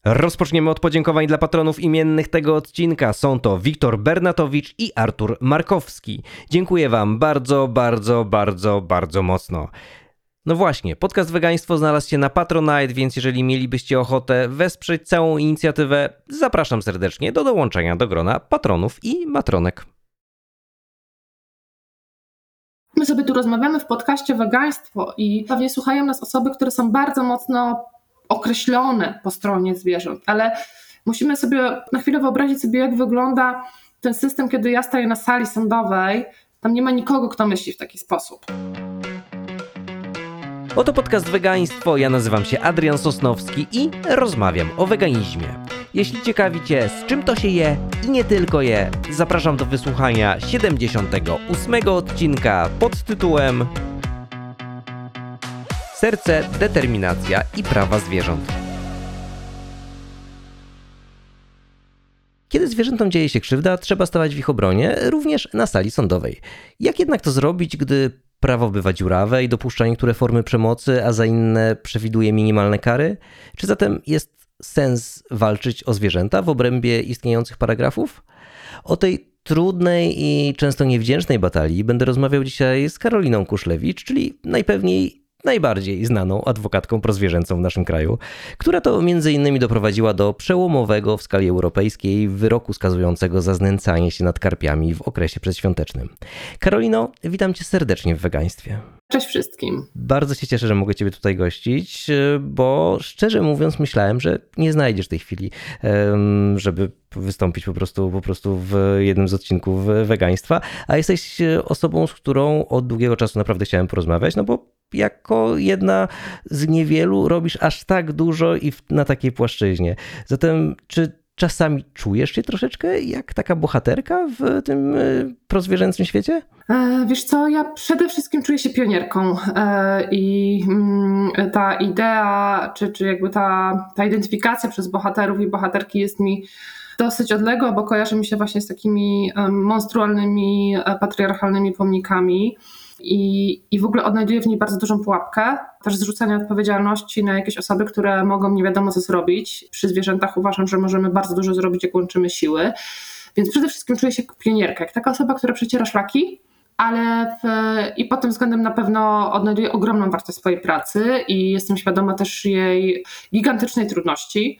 Rozpoczniemy od podziękowań dla patronów imiennych tego odcinka. Są to Wiktor Bernatowicz i Artur Markowski. Dziękuję Wam bardzo mocno. No właśnie, podcast Wegaństwo znalazł się na Patronite, więc jeżeli mielibyście ochotę wesprzeć całą inicjatywę, zapraszam serdecznie do dołączenia do grona patronów i matronek. My sobie tu rozmawiamy w podcaście Wegaństwo i pewnie słuchają nas osoby, które są bardzo mocno określone po stronie zwierząt, ale musimy sobie na chwilę wyobrazić sobie, jak wygląda ten system, kiedy ja staję na sali sądowej. Tam nie ma nikogo, kto myśli w taki sposób. Oto podcast Wegaństwo, ja nazywam się Adrian Sosnowski i rozmawiam o weganizmie. Jeśli ciekawi Cię, z czym to się je i nie tylko je, zapraszam do wysłuchania 78 odcinka pod tytułem Serce, determinacja i prawa zwierząt. Kiedy zwierzętom dzieje się krzywda, trzeba stawać w ich obronie, również na sali sądowej. Jak jednak to zrobić, gdy prawo bywa dziurawe i dopuszcza niektóre formy przemocy, a za inne przewiduje minimalne kary? Czy zatem jest sens walczyć o zwierzęta w obrębie istniejących paragrafów? O tej trudnej i często niewdzięcznej batalii będę rozmawiał dzisiaj z Karoliną Kuszlewicz, czyli najbardziej znaną adwokatką prozwierzęcą w naszym kraju, która to między innymi doprowadziła do przełomowego w skali europejskiej wyroku skazującego za znęcanie się nad karpiami w okresie przedświątecznym. Karolino, witam Cię serdecznie w Wegaństwie. Cześć wszystkim. Bardzo się cieszę, że mogę Ciebie tutaj gościć, bo szczerze mówiąc myślałem, że nie znajdziesz tej chwili, żeby wystąpić po prostu w jednym z odcinków Wegaństwa, a jesteś osobą, z którą od długiego czasu naprawdę chciałem porozmawiać, no bo jako jedna z niewielu robisz aż tak dużo i na takiej płaszczyźnie. Zatem czy czasami czujesz się troszeczkę jak taka bohaterka w tym prozwierzęcym świecie? Wiesz co, ja przede wszystkim czuję się pionierką i ta idea, czy jakby ta identyfikacja przez bohaterów i bohaterki jest mi dosyć odległa, bo kojarzy mi się właśnie z takimi monstrualnymi, patriarchalnymi pomnikami. I w ogóle odnajduję w niej bardzo dużą pułapkę, też zrzucania odpowiedzialności na jakieś osoby, które mogą nie wiadomo co zrobić. Przy zwierzętach uważam, że możemy bardzo dużo zrobić, jak łączymy siły. Więc przede wszystkim czuję się jak pionierka, jak taka osoba, która przeciera szlaki, ale i pod tym względem na pewno odnajduję ogromną wartość swojej pracy i jestem świadoma też jej gigantycznej trudności.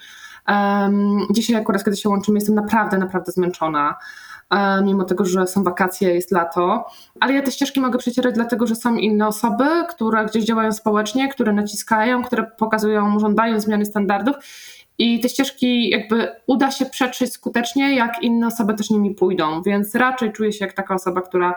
Dzisiaj akurat, kiedy się łączymy, jestem naprawdę zmęczona. Mimo tego, że są wakacje, jest lato. Ale ja te ścieżki mogę przecierać dlatego, że są inne osoby, które gdzieś działają społecznie, które naciskają, które pokazują, żądają zmiany standardów i te ścieżki jakby uda się przetrzeć skutecznie, jak inne osoby też nimi pójdą, więc raczej czuję się jak taka osoba, która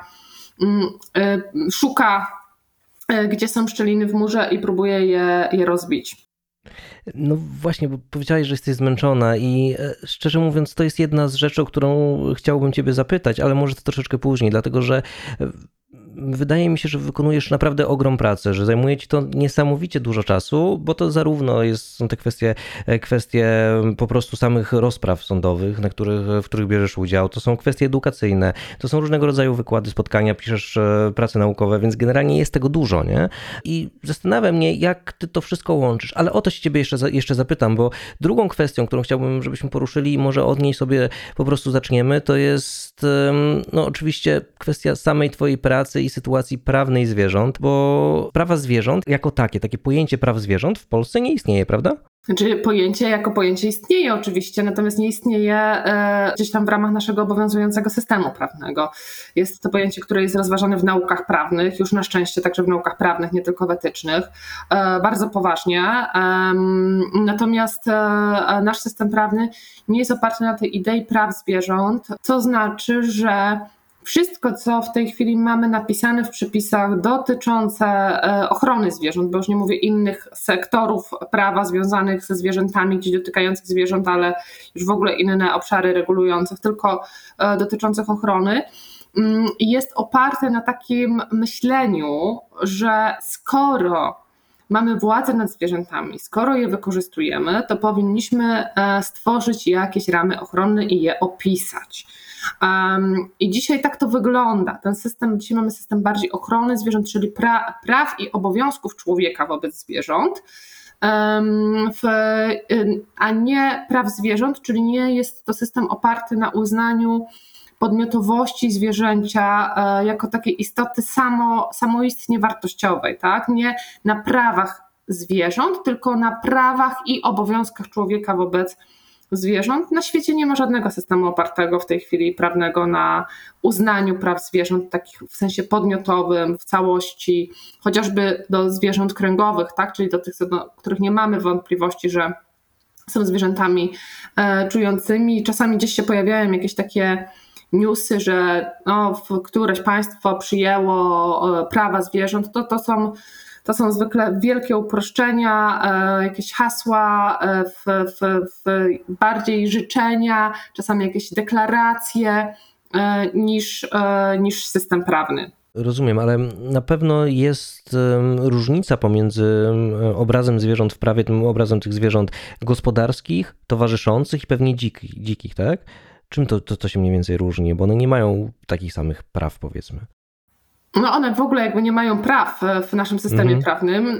szuka, gdzie są szczeliny w murze i próbuje je rozbić. No właśnie, bo powiedziałeś, że jesteś zmęczona i szczerze mówiąc to jest jedna z rzeczy, o którą chciałbym Ciebie zapytać, ale może to troszeczkę później, dlatego że wydaje mi się, że wykonujesz naprawdę ogrom pracy, że zajmuje Ci to niesamowicie dużo czasu, bo to zarówno są te kwestie po prostu samych rozpraw sądowych, w których bierzesz udział, to są kwestie edukacyjne, to są różnego rodzaju wykłady, spotkania, piszesz prace naukowe, więc generalnie jest tego dużo, nie? I zastanawia mnie, jak Ty to wszystko łączysz, ale o to się Ciebie jeszcze zapytam, bo drugą kwestią, którą chciałbym, żebyśmy poruszyli i może od niej sobie po prostu zaczniemy, to jest no oczywiście kwestia samej Twojej pracy i sytuacji prawnej zwierząt, bo prawa zwierząt jako takie pojęcie praw zwierząt w Polsce nie istnieje, prawda? Znaczy pojęcie jako pojęcie istnieje oczywiście, natomiast nie istnieje gdzieś tam w ramach naszego obowiązującego systemu prawnego. Jest to pojęcie, które jest rozważane w naukach prawnych, już na szczęście także w naukach prawnych, nie tylko w etycznych, bardzo poważnie. Natomiast nasz system prawny nie jest oparty na tej idei praw zwierząt, co znaczy, że wszystko, co w tej chwili mamy napisane w przepisach dotyczące ochrony zwierząt, bo już nie mówię innych sektorów prawa związanych ze zwierzętami, gdzieś dotykających zwierząt, ale już w ogóle inne obszary regulujących, tylko dotyczących ochrony, jest oparte na takim myśleniu, że skoro mamy władzę nad zwierzętami, skoro je wykorzystujemy, to powinniśmy stworzyć jakieś ramy ochronne i je opisać. I dzisiaj tak to wygląda. Dzisiaj mamy system bardziej ochrony zwierząt, czyli praw i obowiązków człowieka wobec zwierząt. a nie praw zwierząt, czyli nie jest to system oparty na uznaniu podmiotowości zwierzęcia jako takiej istoty samoistnie wartościowej, tak? Nie na prawach zwierząt, tylko na prawach i obowiązkach człowieka wobec zwierząt. Na świecie nie ma żadnego systemu opartego w tej chwili prawnego na uznaniu praw zwierząt, takich w sensie podmiotowym, w całości, chociażby do zwierząt kręgowych, tak? Czyli do tych, do których nie mamy wątpliwości, że są zwierzętami czującymi. Czasami gdzieś się pojawiają jakieś takie newsy, że któreś państwo przyjęło prawa zwierząt, to są zwykle wielkie uproszczenia, jakieś hasła, bardziej życzenia, czasami jakieś deklaracje niż system prawny. Rozumiem, ale na pewno jest różnica pomiędzy obrazem zwierząt w prawie, tym obrazem tych zwierząt gospodarskich, towarzyszących i pewnie dzikich, tak? Czym to się mniej więcej różni? Bo one nie mają takich samych praw, powiedzmy. No one w ogóle jakby nie mają praw w naszym systemie prawnym,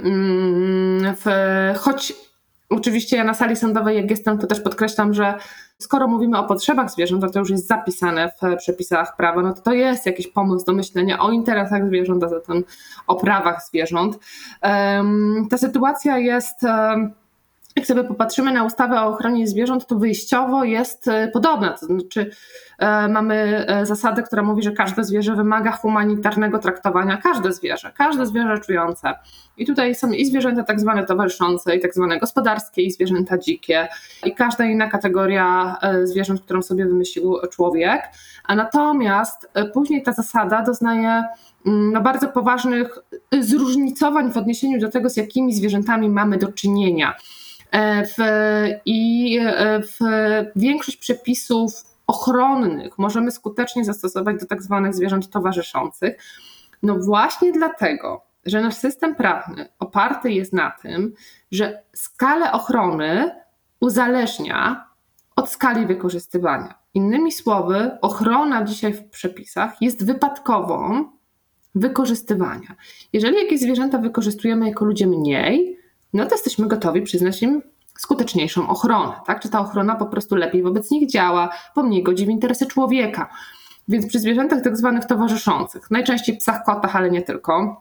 choć oczywiście ja na sali sądowej jak jestem, to też podkreślam, że skoro mówimy o potrzebach zwierząt, to już jest zapisane w przepisach prawa, no to jest jakiś pomysł do myślenia o interesach zwierząt, a zatem o prawach zwierząt. Ta sytuacja jest... Jak sobie popatrzymy na ustawę o ochronie zwierząt, to wyjściowo jest podobna. To znaczy mamy zasadę, która mówi, że każde zwierzę wymaga humanitarnego traktowania. Każde zwierzę czujące. I tutaj są i zwierzęta tak zwane towarzyszące, i tak zwane gospodarskie, i zwierzęta dzikie, i każda inna kategoria zwierząt, którą sobie wymyślił człowiek. A natomiast później ta zasada doznaje bardzo poważnych zróżnicowań w odniesieniu do tego, z jakimi zwierzętami mamy do czynienia. Większość przepisów ochronnych możemy skutecznie zastosować do tak zwanych zwierząt towarzyszących. No właśnie dlatego, że nasz system prawny oparty jest na tym, że skalę ochrony uzależnia od skali wykorzystywania. Innymi słowy, ochrona dzisiaj w przepisach jest wypadkową wykorzystywania. Jeżeli jakieś zwierzęta wykorzystujemy jako ludzie mniej, no to jesteśmy gotowi przyznać im skuteczniejszą ochronę. Tak? Czy ta ochrona po prostu lepiej wobec nich działa, bo mniej godzi w interesy człowieka. Więc przy zwierzętach tak zwanych towarzyszących, najczęściej psach, kotach, ale nie tylko,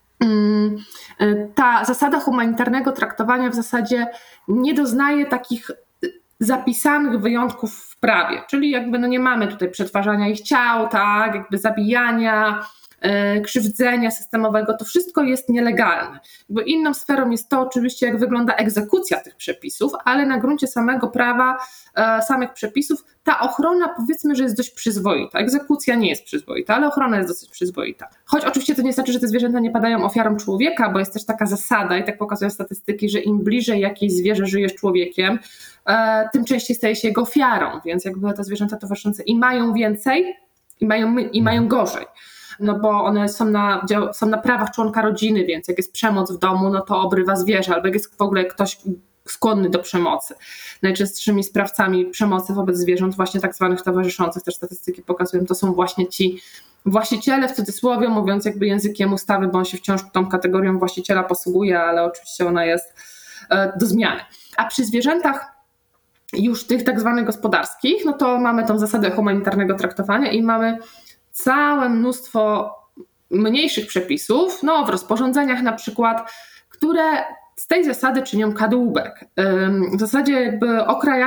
ta zasada humanitarnego traktowania w zasadzie nie doznaje takich zapisanych wyjątków w prawie. Czyli jakby nie mamy tutaj przetwarzania ich ciał, tak, jakby zabijania, krzywdzenia systemowego, to wszystko jest nielegalne. Bo inną sferą jest to oczywiście, jak wygląda egzekucja tych przepisów, ale na gruncie samego prawa, samych przepisów, ta ochrona powiedzmy, że jest dość przyzwoita. Egzekucja nie jest przyzwoita, ale ochrona jest dosyć przyzwoita. Choć oczywiście to nie znaczy, że te zwierzęta nie padają ofiarą człowieka, bo jest też taka zasada i tak pokazują statystyki, że im bliżej jakieś zwierzę żyje z człowiekiem, tym częściej staje się jego ofiarą, więc jakby te zwierzęta towarzyszące i mają więcej, i mają gorzej. No bo one są na prawach członka rodziny, więc jak jest przemoc w domu, no to obrywa zwierzę, albo jak jest w ogóle ktoś skłonny do przemocy. Najczęstszymi sprawcami przemocy wobec zwierząt, właśnie tak zwanych towarzyszących, też statystyki pokazują, to są właśnie ci właściciele, w cudzysłowie, mówiąc jakby językiem ustawy, bo on się wciąż tą kategorią właściciela posługuje, ale oczywiście ona jest do zmiany. A przy zwierzętach już tych tak zwanych gospodarskich, no to mamy tą zasadę humanitarnego traktowania i mamy całe mnóstwo mniejszych przepisów, w rozporządzeniach na przykład, które z tej zasady czynią kadłubek. W zasadzie jakby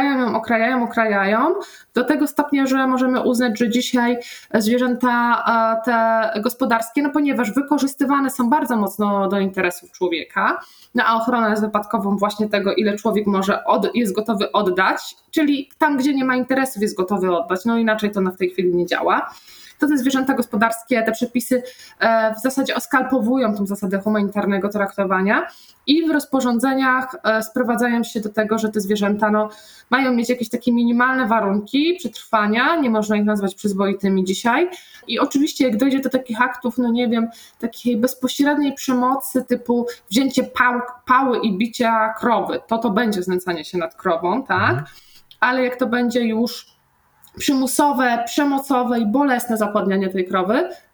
okrajają do tego stopnia, że możemy uznać, że dzisiaj zwierzęta te gospodarskie, ponieważ wykorzystywane są bardzo mocno do interesów człowieka, a ochrona jest wypadkową właśnie tego, ile człowiek jest gotowy oddać, czyli tam, gdzie nie ma interesów, jest gotowy oddać, inaczej to w tej chwili nie działa. To te zwierzęta gospodarskie, te przepisy w zasadzie oskalpowują tą zasadę humanitarnego traktowania i w rozporządzeniach sprowadzają się do tego, że te zwierzęta mają mieć jakieś takie minimalne warunki przetrwania, nie można ich nazwać przyzwoitymi dzisiaj. I oczywiście jak dojdzie do takich aktów, takiej bezpośredniej przemocy typu wzięcie pały i bicia krowy, to będzie znęcanie się nad krową, tak? Ale jak to będzie już przymusowe, przemocowe i bolesne zapładnianie tej krowy,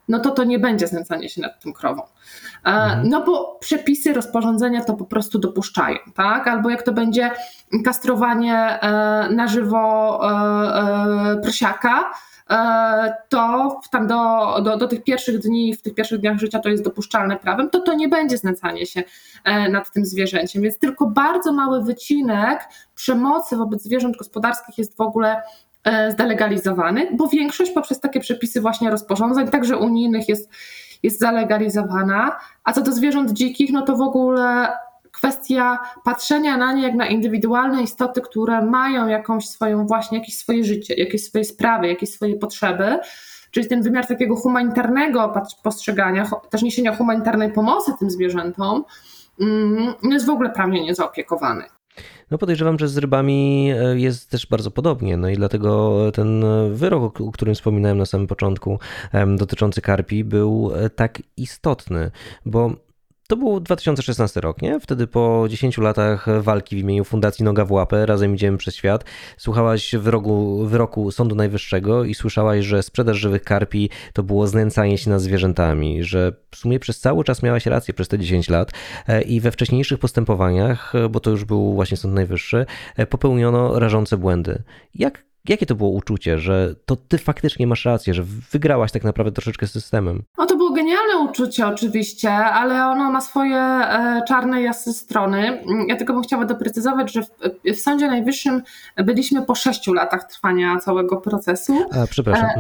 no to nie będzie znęcanie się nad tym krową. No bo przepisy, rozporządzenia to po prostu dopuszczają, tak? Albo jak to będzie kastrowanie na żywo prosiaka, to tam do tych pierwszych dni, w tych pierwszych dniach życia to jest dopuszczalne prawem, to nie będzie znęcanie się nad tym zwierzęciem. Więc tylko bardzo mały wycinek przemocy wobec zwierząt gospodarskich jest w ogóle zdelegalizowany, bo większość poprzez takie przepisy właśnie rozporządzeń, także unijnych, jest zalegalizowana. A co do zwierząt dzikich, no to w ogóle kwestia patrzenia na nie jak na indywidualne istoty, które mają jakieś swoje życie, jakieś swoje sprawy, jakieś swoje potrzeby, czyli ten wymiar takiego humanitarnego postrzegania, też niesienia humanitarnej pomocy tym zwierzętom, jest w ogóle prawnie niezaopiekowany. No podejrzewam, że z rybami jest też bardzo podobnie, no i dlatego ten wyrok, o którym wspominałem na samym początku, dotyczący karpi, był tak istotny, bo to był 2016 rok, nie? Wtedy po 10 latach walki w imieniu Fundacji Noga w łapę, razem idziemy przez świat, słuchałaś wyroku Sądu Najwyższego i słyszałaś, że sprzedaż żywych karpi to było znęcanie się nad zwierzętami, że w sumie przez cały czas miałaś rację przez te 10 lat i we wcześniejszych postępowaniach, bo to już był właśnie Sąd Najwyższy, popełniono rażące błędy. Jakie to było uczucie, że to ty faktycznie masz rację, że wygrałaś tak naprawdę troszeczkę z systemem? No to było genialne uczucie oczywiście, ale ono ma swoje czarne i jasne strony. Ja tylko bym chciała doprecyzować, że w Sądzie Najwyższym byliśmy po 6 latach trwania całego procesu. Przepraszam.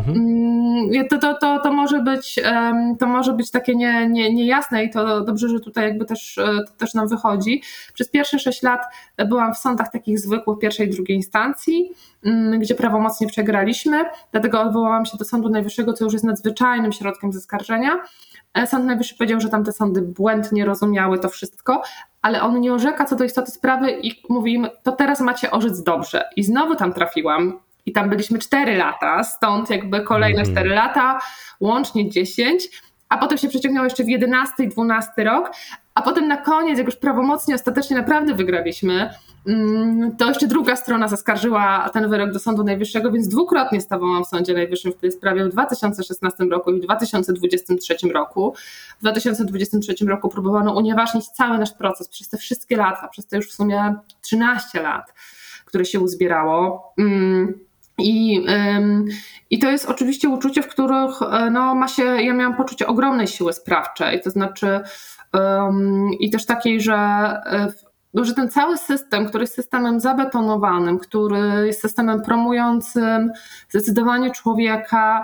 To może być takie niejasne i to dobrze, że tutaj jakby też nam wychodzi. Przez pierwsze 6 lat byłam w sądach takich zwykłych pierwszej i drugiej instancji, gdzie prawomocnie przegraliśmy, dlatego odwołałam się do Sądu Najwyższego, co już jest nadzwyczajnym środkiem zaskarżenia. Sąd Najwyższy powiedział, że tamte sądy błędnie rozumiały to wszystko, ale on nie orzeka co do istoty sprawy i mówi im, to teraz macie orzec dobrze. I znowu tam trafiłam i tam byliśmy 4 lata, stąd jakby kolejne 4 lata, łącznie 10, a potem się przeciągnęło jeszcze w 11 i 12 rok, a potem na koniec, jak już prawomocnie ostatecznie naprawdę wygraliśmy, to jeszcze druga strona zaskarżyła ten wyrok do Sądu Najwyższego, więc dwukrotnie stawałam w Sądzie Najwyższym w tej sprawie w 2016 roku i w 2023 roku. W 2023 roku próbowano unieważnić cały nasz proces przez te wszystkie lata, przez te już w sumie 13 lat, które się uzbierało. I to jest oczywiście uczucie, w których ja miałam poczucie ogromnej siły sprawczej, to znaczy i też takiej, że ten cały system, który jest systemem zabetonowanym, który jest systemem promującym zdecydowanie człowieka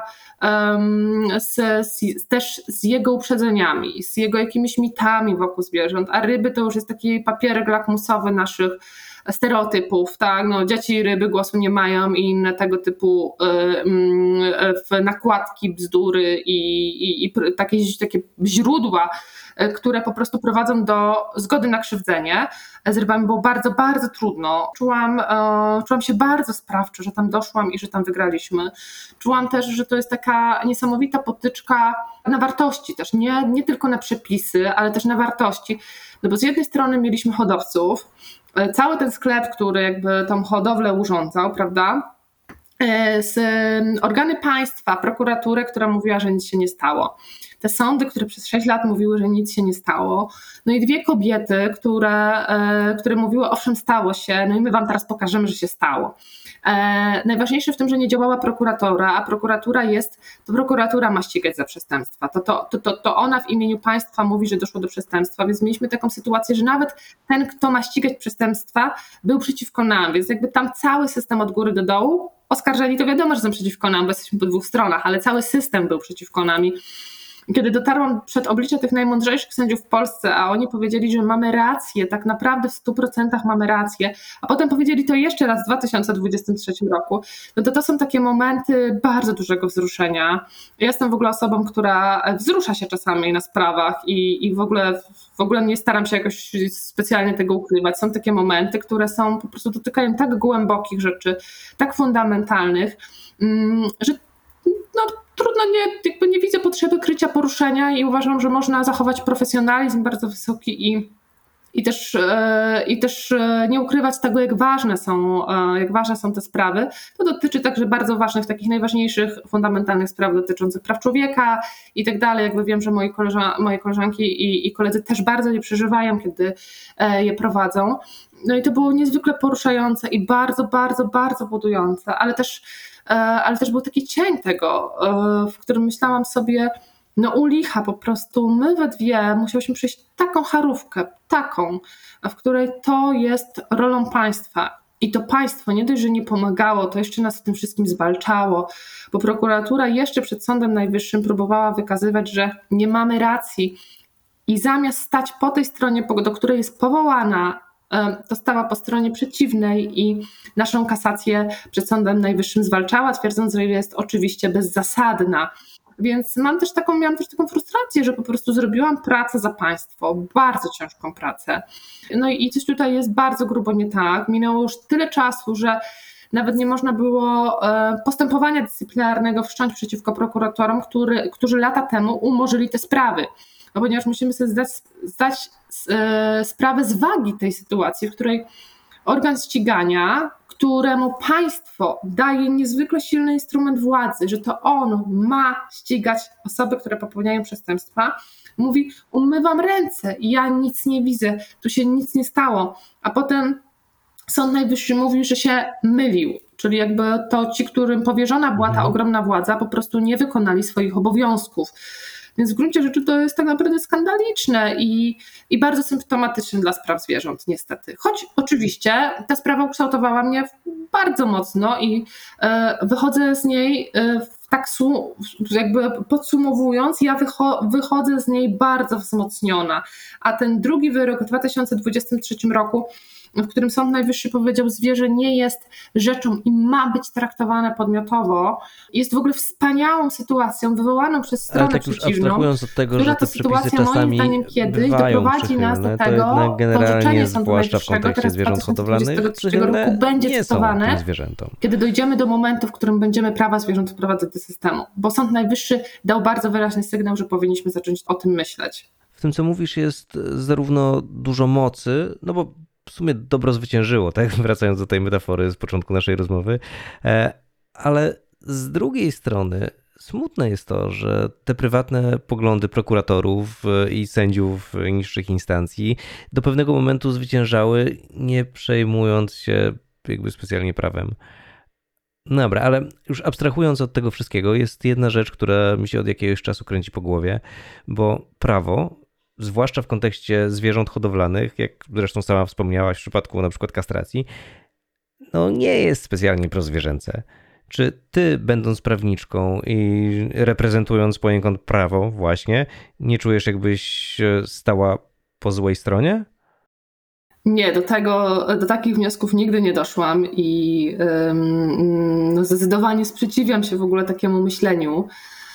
też z jego uprzedzeniami, z jego jakimiś mitami wokół zwierząt, a ryby to już jest taki papierek lakmusowy naszych stereotypów, tak? No, dzieci ryby głosu nie mają i inne tego typu nakładki, bzdury i takie źródła, które po prostu prowadzą do zgody na krzywdzenie. Z rybami było bardzo, bardzo trudno. Czułam się bardzo sprawczo, że tam doszłam i że tam wygraliśmy. Czułam też, że to jest taka niesamowita potyczka na wartości też, nie tylko na przepisy, ale też na wartości. No bo z jednej strony mieliśmy hodowców, cały ten sklep, który jakby tą hodowlę urządzał, prawda? Organy państwa, prokuraturę, która mówiła, że nic się nie stało. Te sądy, które przez 6 lat mówiły, że nic się nie stało. No i 2 kobiety, które mówiły, owszem, stało się, no i my wam teraz pokażemy, że się stało. Najważniejsze w tym, że nie działała prokuratura, a prokuratura ma ścigać za przestępstwa. To ona w imieniu państwa mówi, że doszło do przestępstwa, więc mieliśmy taką sytuację, że nawet ten, kto ma ścigać przestępstwa, był przeciwko nam, więc jakby tam cały system od góry do dołu, oskarżeni to wiadomo, że są przeciwko nam, bo jesteśmy po 2 stronach, ale cały system był przeciwko nam. Kiedy dotarłam przed oblicze tych najmądrzejszych sędziów w Polsce, a oni powiedzieli, że mamy rację, tak naprawdę w 100% mamy rację, a potem powiedzieli to jeszcze raz w 2023 roku, no to są takie momenty bardzo dużego wzruszenia. Ja jestem w ogóle osobą, która wzrusza się czasami na sprawach i w ogóle nie staram się jakoś specjalnie tego ukrywać. Są takie momenty, które po prostu dotykają tak głębokich rzeczy, tak fundamentalnych, że trudno, nie widzę potrzeby krycia poruszenia i uważam, że można zachować profesjonalizm bardzo wysoki i też nie ukrywać tego, jak ważne są te sprawy. To dotyczy także bardzo ważnych, takich najważniejszych, fundamentalnych spraw dotyczących praw człowieka i tak dalej. Jakby wiem, że moje koleżanki i koledzy też bardzo je przeżywają, kiedy je prowadzą. No i to było niezwykle poruszające i bardzo, bardzo, bardzo budujące, ale też był taki cień tego, w którym myślałam sobie, no u licha po prostu my we dwie musiałyśmy przejść taką charówkę, w której to jest rolą państwa. I to państwo nie dość, że nie pomagało, to jeszcze nas w tym wszystkim zwalczało, bo prokuratura jeszcze przed Sądem Najwyższym próbowała wykazywać, że nie mamy racji i zamiast stać po tej stronie, do której jest powołana, to stała po stronie przeciwnej i naszą kasację przed Sądem Najwyższym zwalczała, twierdząc, że jest oczywiście bezzasadna. Więc miałam też taką frustrację, że po prostu zrobiłam pracę za państwo, bardzo ciężką pracę. No i coś tutaj jest bardzo grubo nie tak. Minęło już tyle czasu, że nawet nie można było postępowania dyscyplinarnego wszcząć przeciwko prokuratorom, którzy lata temu umorzyli te sprawy. No ponieważ musimy sobie zdać sprawę z wagi tej sytuacji, w której organ ścigania, któremu państwo daje niezwykle silny instrument władzy, że to on ma ścigać osoby, które popełniają przestępstwa, mówi: umywam ręce, ja nic nie widzę, tu się nic nie stało. A potem Sąd Najwyższy mówił, że się mylił, czyli jakby to ci, którym powierzona była ta ogromna władza, po prostu nie wykonali swoich obowiązków. Więc w gruncie rzeczy to jest tak naprawdę skandaliczne i bardzo symptomatyczne dla spraw zwierząt niestety. Choć oczywiście ta sprawa ukształtowała mnie bardzo mocno i wychodzę z niej tak jakby podsumowując, ja wychodzę z niej bardzo wzmocniona. A ten drugi wyrok w 2023 roku, w którym Sąd Najwyższy powiedział, zwierzę nie jest rzeczą i ma być traktowane podmiotowo, jest w ogóle wspaniałą sytuacją wywołaną przez stronę tak już przeciwną, abstrahując od tego, która że ta te sytuacja przepisy moim czasami zdaniem kiedyś bywają doprowadzi nas do przychylne, to tego, jednak generalnie, orzeczenie Sądu zwłaszcza w Najwyższego kontekście teraz zwierząt 2023 hodowlanych, roku będzie nie są cytowane, tym zwierzętom. kiedy dojdziemy do momentu, w którym będziemy prawa zwierząt wprowadzać do systemu. Bo Sąd Najwyższy dał bardzo wyraźny sygnał, że powinniśmy zacząć o tym myśleć. W tym, co mówisz, jest zarówno dużo mocy, no bo w sumie dobro zwyciężyło, tak? Wracając do tej metafory z początku naszej rozmowy, ale z drugiej strony smutne jest to, że te prywatne poglądy prokuratorów i sędziów niższych instancji do pewnego momentu zwyciężały, nie przejmując się jakby specjalnie prawem. Dobra, ale już abstrahując od tego wszystkiego, jest jedna rzecz, która mi się od jakiegoś czasu kręci po głowie, bo prawo, zwłaszcza w kontekście zwierząt hodowlanych, jak zresztą sama wspomniałaś w przypadku na przykład kastracji, no nie jest specjalnie prozwierzęce. Czy ty, będąc prawniczką i reprezentując poniekąd prawo właśnie, nie czujesz, jakbyś stała po złej stronie? Nie, do takich wniosków nigdy nie doszłam i zdecydowanie sprzeciwiam się w ogóle takiemu myśleniu.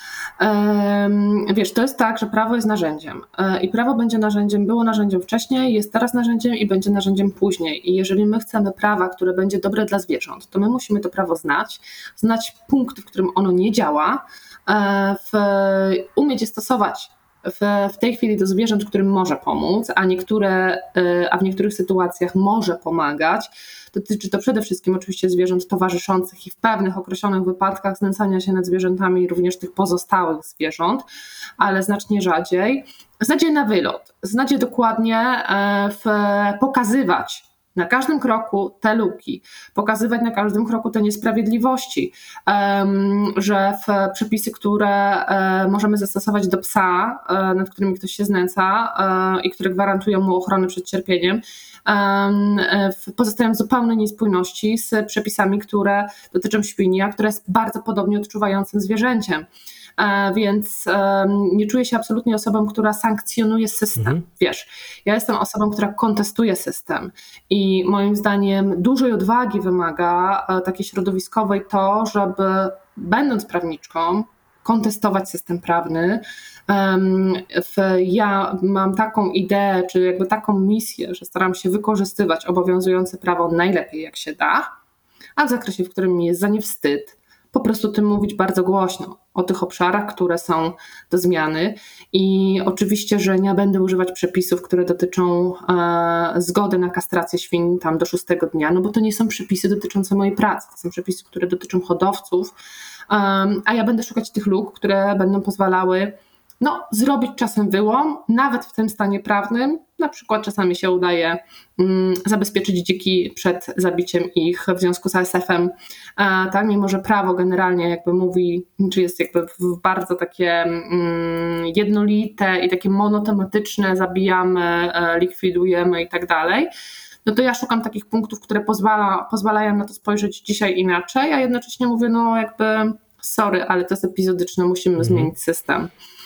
Wiesz, to jest tak, że prawo jest narzędziem i prawo będzie narzędziem, było narzędziem wcześniej, jest teraz narzędziem i będzie narzędziem później. I jeżeli my chcemy prawa, które będzie dobre dla zwierząt, to my musimy to prawo znać punkty, w którym ono nie działa, umieć je stosować w tej chwili do zwierząt, którym może pomóc, a w niektórych sytuacjach może pomagać. Dotyczy to przede wszystkim oczywiście zwierząt towarzyszących i w pewnych określonych wypadkach znęcania się nad zwierzętami również tych pozostałych zwierząt, ale znacznie rzadziej. Znać je na wylot, znać je dokładnie, pokazywać na każdym kroku te luki, pokazywać na każdym kroku te niesprawiedliwości, że w przepisy, które możemy zastosować do psa, nad którymi ktoś się znęca i które gwarantują mu ochronę przed cierpieniem, pozostają w zupełnej niespójności z przepisami, które dotyczą świni, a która jest bardzo podobnie odczuwającym zwierzęciem. Więc nie czuję się absolutnie osobą, która sankcjonuje system. Wiesz, ja jestem osobą, która kontestuje system i moim zdaniem dużej odwagi wymaga takiej środowiskowej to, żeby będąc prawniczką kontestować system prawny. Ja mam taką ideę, czy jakby taką misję, że staram się wykorzystywać obowiązujące prawo najlepiej jak się da, a w zakresie, w którym mi jest za nie wstyd, po prostu o tym mówić bardzo głośno, o tych obszarach, które są do zmiany. I oczywiście, że nie będę używać przepisów, które dotyczą zgody na kastrację świń tam do 6 dnia, no bo to nie są przepisy dotyczące mojej pracy, to są przepisy, które dotyczą hodowców, a ja będę szukać tych luk, które będą pozwalały zrobić czasem wyłom, nawet w tym stanie prawnym. Na przykład czasami się udaje zabezpieczyć dziki przed zabiciem ich w związku z ASF-em, tak, mimo że prawo generalnie jakby mówi, czy jest jakby bardzo takie jednolite i takie monotematyczne, zabijamy, likwidujemy i tak dalej. No to ja szukam takich punktów, które pozwalają na to spojrzeć dzisiaj inaczej, a jednocześnie mówię, sorry, ale to jest epizodyczne, musimy zmienić system.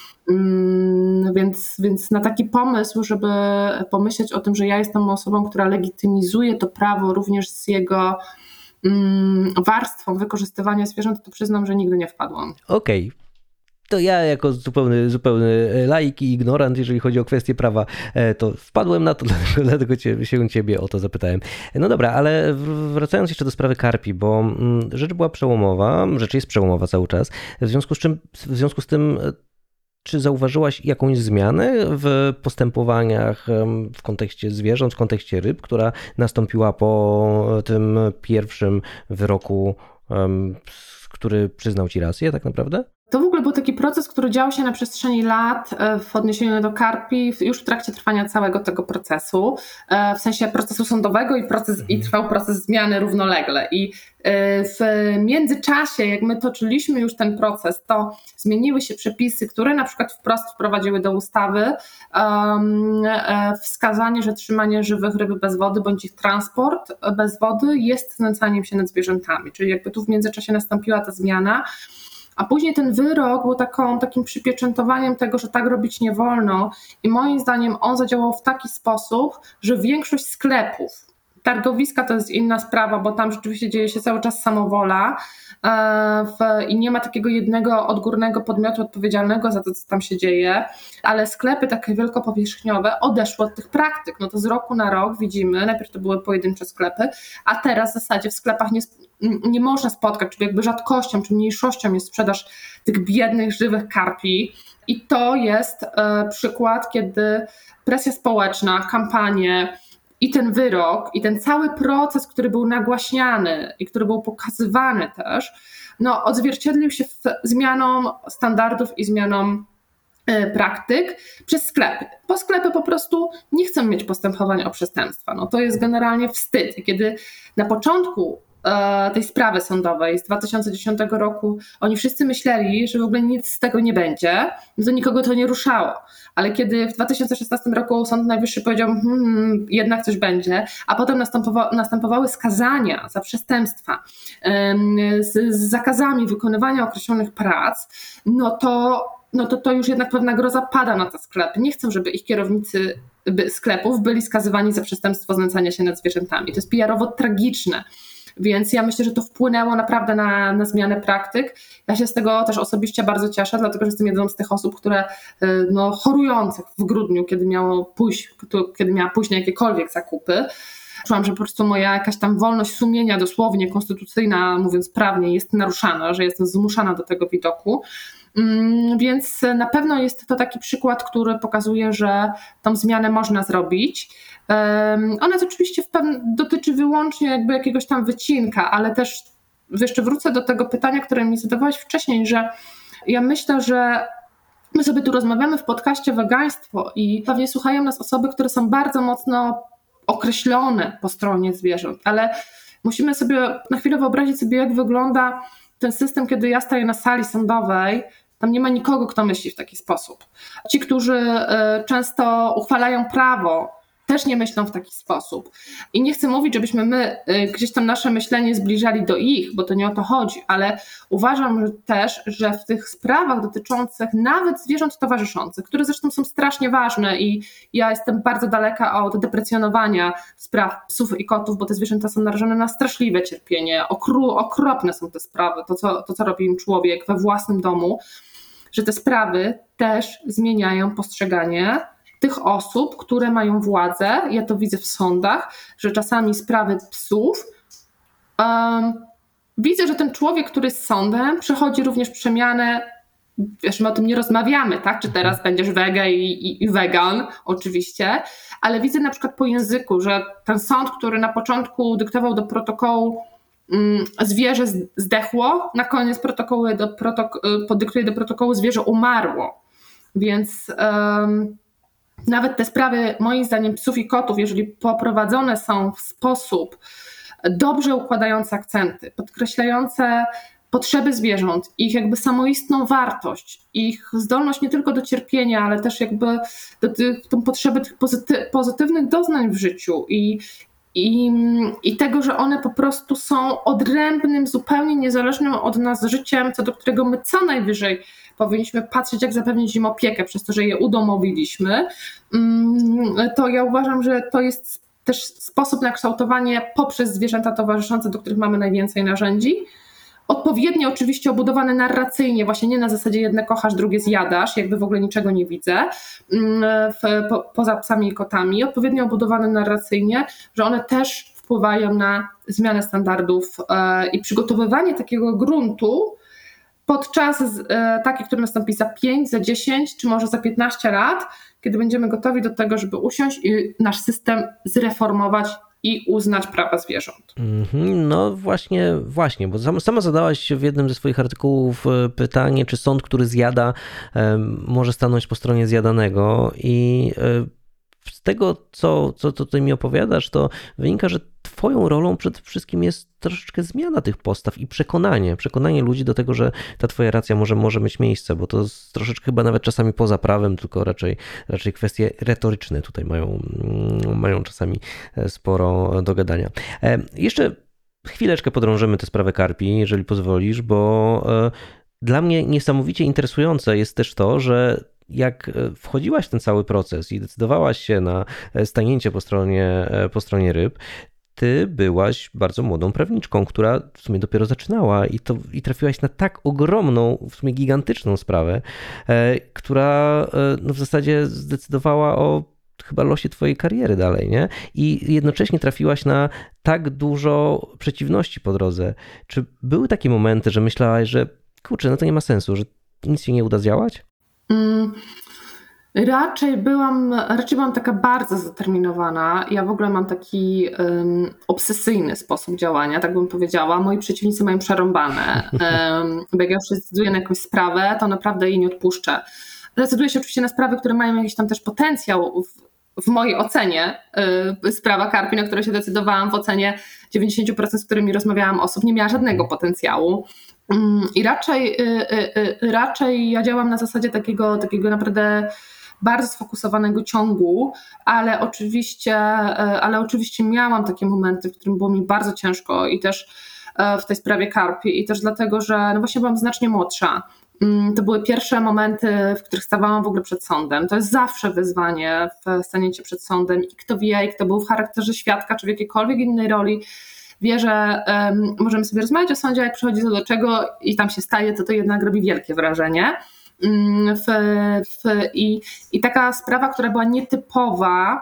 Więc na taki pomysł, żeby pomyśleć o tym, że ja jestem osobą, która legitymizuje to prawo również z jego warstwą wykorzystywania zwierząt, to przyznam, że nigdy nie wpadłam. Okej. To ja jako zupełny laik i ignorant, jeżeli chodzi o kwestie prawa, to wpadłem na to, dlatego się ciebie o to zapytałem. No dobra, ale wracając jeszcze do sprawy karpi, bo rzecz była przełomowa, rzecz jest przełomowa cały czas, w związku z tym czy zauważyłaś jakąś zmianę w postępowaniach w kontekście zwierząt, w kontekście ryb, która nastąpiła po tym pierwszym wyroku, który przyznał ci rację tak naprawdę? To w ogóle był taki proces, który dział się na przestrzeni lat w odniesieniu do karpi, już w trakcie trwania całego tego procesu, w sensie procesu sądowego i trwał proces zmiany równolegle. I w międzyczasie, jak my toczyliśmy już ten proces, to zmieniły się przepisy, które na przykład wprost wprowadziły do ustawy wskazanie, że trzymanie żywych ryb bez wody bądź ich transport bez wody jest znęcaniem się nad zwierzętami. Czyli jakby tu w międzyczasie nastąpiła ta zmiana. A później ten wyrok był takim przypieczętowaniem tego, że tak robić nie wolno i moim zdaniem on zadziałał w taki sposób, że większość sklepów, targowiska to jest inna sprawa, bo tam rzeczywiście dzieje się cały czas samowola i nie ma takiego jednego odgórnego podmiotu odpowiedzialnego za to, co tam się dzieje, ale sklepy takie wielkopowierzchniowe odeszły od tych praktyk. No to z roku na rok widzimy, najpierw to były pojedyncze sklepy, a teraz w zasadzie w sklepach nie można spotkać, czyli jakby rzadkością czy mniejszością jest sprzedaż tych biednych, żywych karpi. I to jest przykład, kiedy presja społeczna, kampanie i ten wyrok, i ten cały proces, który był nagłaśniany i który był pokazywany też, odzwierciedlił się w zmianą standardów i zmianą praktyk przez sklepy, bo sklepy po prostu nie chcą mieć postępowań o przestępstwa. To jest generalnie wstyd. I kiedy na początku tej sprawy sądowej z 2010 roku oni wszyscy myśleli, że w ogóle nic z tego nie będzie, to nikogo to nie ruszało. Ale kiedy w 2016 roku Sąd Najwyższy powiedział, jednak coś będzie, a potem następowały skazania za przestępstwa z zakazami wykonywania określonych prac, to już jednak pewna groza pada na te sklepy. Nie chcą, żeby ich kierownicy sklepów byli skazywani za przestępstwo znęcania się nad zwierzętami. To jest PR-owo tragiczne. Więc ja myślę, że to wpłynęło naprawdę na zmianę praktyk. Ja się z tego też osobiście bardzo cieszę, dlatego że jestem jedną z tych osób, które chorujących w grudniu, kiedy miała pójść na jakiekolwiek zakupy, czułam, że po prostu moja jakaś tam wolność sumienia, dosłownie konstytucyjna, mówiąc prawnie, jest naruszana, że jestem zmuszana do tego widoku. Więc na pewno jest to taki przykład, który pokazuje, że tą zmianę można zrobić. Ona oczywiście dotyczy wyłącznie jakby jakiegoś tam wycinka, ale też jeszcze wrócę do tego pytania, które mi zadawałeś wcześniej, że ja myślę, że my sobie tu rozmawiamy w podcaście wegaństwo i pewnie słuchają nas osoby, które są bardzo mocno określone po stronie zwierząt, ale musimy sobie na chwilę wyobrazić sobie, jak wygląda ten system, kiedy ja staję na sali sądowej. Tam nie ma nikogo, kto myśli w taki sposób. Ci, którzy często uchwalają prawo, też nie myślą w taki sposób. I nie chcę mówić, żebyśmy my gdzieś tam nasze myślenie zbliżali do ich, bo to nie o to chodzi, ale uważam też, że w tych sprawach dotyczących nawet zwierząt towarzyszących, które zresztą są strasznie ważne i ja jestem bardzo daleka od deprecjonowania spraw psów i kotów, bo te zwierzęta są narażone na straszliwe cierpienie, okropne są te sprawy, to co robi im człowiek we własnym domu, że te sprawy też zmieniają postrzeganie tych osób, które mają władzę. Ja to widzę w sądach, że czasami sprawy psów widzę, że ten człowiek, który jest sądem, przechodzi również przemianę. Wiesz, my o tym nie rozmawiamy, tak? Czy teraz będziesz wege i wegan, oczywiście, ale widzę na przykład po języku, że ten sąd, który na początku dyktował do protokołu zwierzę zdechło, na koniec podyktuje do protokołu zwierzę umarło. Więc nawet te sprawy, moim zdaniem, psów i kotów, jeżeli poprowadzone są w sposób dobrze układający akcenty, podkreślające potrzeby zwierząt, ich jakby samoistną wartość, ich zdolność nie tylko do cierpienia, ale też jakby tą potrzebę tych pozytywnych doznań w życiu i tego, że one po prostu są odrębnym, zupełnie niezależnym od nas życiem, co do którego my co najwyżej powinniśmy patrzeć, jak zapewnić im opiekę, przez to, że je udomowiliśmy, to ja uważam, że to jest też sposób na kształtowanie poprzez zwierzęta towarzyszące, do których mamy najwięcej narzędzi. Odpowiednio oczywiście obudowane narracyjnie, właśnie nie na zasadzie jedne kochasz, drugie zjadasz, jakby w ogóle niczego nie widzę, poza psami i kotami. Odpowiednio obudowane narracyjnie, że one też wpływają na zmianę standardów i przygotowywanie takiego gruntu podczas taki, który nastąpi za 5, za 10 czy może za 15 lat, kiedy będziemy gotowi do tego, żeby usiąść i nasz system zreformować i uznać prawa zwierząt. No właśnie, bo sama zadałaś w jednym ze swoich artykułów pytanie, czy sąd, który zjada, może stanąć po stronie zjadanego i z tego, co tutaj mi opowiadasz, to wynika, że twoją rolą przede wszystkim jest troszeczkę zmiana tych postaw i przekonanie ludzi do tego, że ta twoja racja może mieć miejsce, bo to jest troszeczkę chyba nawet czasami poza prawem, tylko raczej kwestie retoryczne tutaj mają czasami sporo do gadania. Jeszcze chwileczkę podrążymy tę sprawę karpi, jeżeli pozwolisz, bo dla mnie niesamowicie interesujące jest też to, że jak wchodziłaś w ten cały proces i decydowałaś się na stanięcie po stronie ryb, ty byłaś bardzo młodą prawniczką, która w sumie dopiero zaczynała i trafiłaś na tak ogromną, w sumie gigantyczną sprawę, która no w zasadzie zdecydowała o chyba losie twojej kariery dalej, nie? I jednocześnie trafiłaś na tak dużo przeciwności po drodze. Czy były takie momenty, że myślałaś, że kurczę, no to nie ma sensu, że nic się nie uda zdziałać? Raczej byłam taka bardzo zdeterminowana. Ja w ogóle mam taki obsesyjny sposób działania, tak bym powiedziała. Moi przeciwnicy mają przerąbane. Bo jak ja już zdecyduję na jakąś sprawę, to naprawdę jej nie odpuszczę. Decyduję się oczywiście na sprawy, które mają jakiś tam też potencjał w mojej ocenie. Sprawa karpi, na którą się decydowałam, w ocenie 90%, z którymi rozmawiałam osób, nie miała żadnego potencjału. I raczej ja działam na zasadzie takiego naprawdę bardzo sfokusowanego ciągu, ale oczywiście miałam takie momenty, w którym było mi bardzo ciężko i też w tej sprawie karpi i też dlatego, że no właśnie byłam znacznie młodsza. To były pierwsze momenty, w których stawałam w ogóle przed sądem. To jest zawsze wyzwanie w stanięcie przed sądem i kto wie, kto był w charakterze świadka czy w jakiejkolwiek innej roli, wie, że możemy sobie rozmawiać o sądzie, jak przychodzi to do czego i tam się staje, to jednak robi wielkie wrażenie. I taka sprawa, która była nietypowa,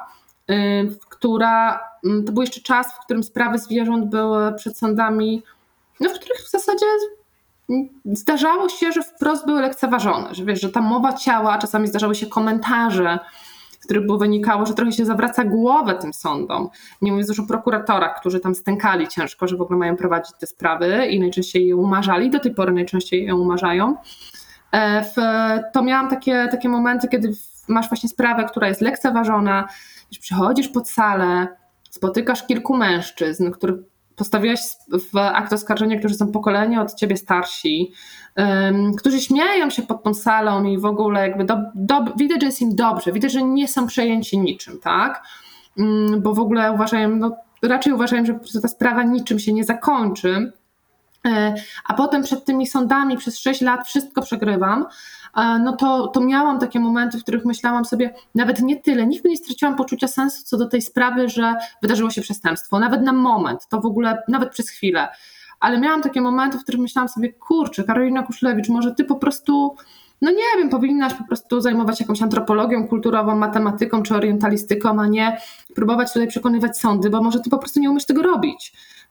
to był jeszcze czas, w którym sprawy zwierząt były przed sądami, no w których w zasadzie zdarzało się, że wprost były lekceważone, że wiesz, że ta mowa ciała, czasami zdarzały się komentarze, z których było wynikało, że trochę się zawraca głowę tym sądom. Nie mówiąc już o prokuratorach, którzy tam stękali ciężko, że w ogóle mają prowadzić te sprawy i najczęściej je umarzali, do tej pory najczęściej je umarzają. To miałam takie momenty, kiedy masz właśnie sprawę, która jest lekceważona, przychodzisz pod salę, spotykasz kilku mężczyzn, których postawiłaś w akt oskarżenia, którzy są pokolenie od ciebie starsi, którzy śmieją się pod tą salą i w ogóle jakby widać, że jest im dobrze, widać, że nie są przejęci niczym, tak? Bo w ogóle raczej uważają, że ta sprawa niczym się nie zakończy, a potem przed tymi sądami przez 6 lat wszystko przegrywam, no to miałam takie momenty, w których myślałam sobie, nawet nie tyle, nigdy nie straciłam poczucia sensu co do tej sprawy, że wydarzyło się przestępstwo, nawet na moment, to w ogóle, nawet przez chwilę, ale miałam takie momenty, w których myślałam sobie, kurczę, Karolina Kuszlewicz, może ty po prostu, no nie wiem, powinnaś po prostu zajmować się jakąś antropologią kulturową, matematyką czy orientalistyką, a nie próbować tutaj przekonywać sądy, bo może ty po prostu nie umiesz tego robić.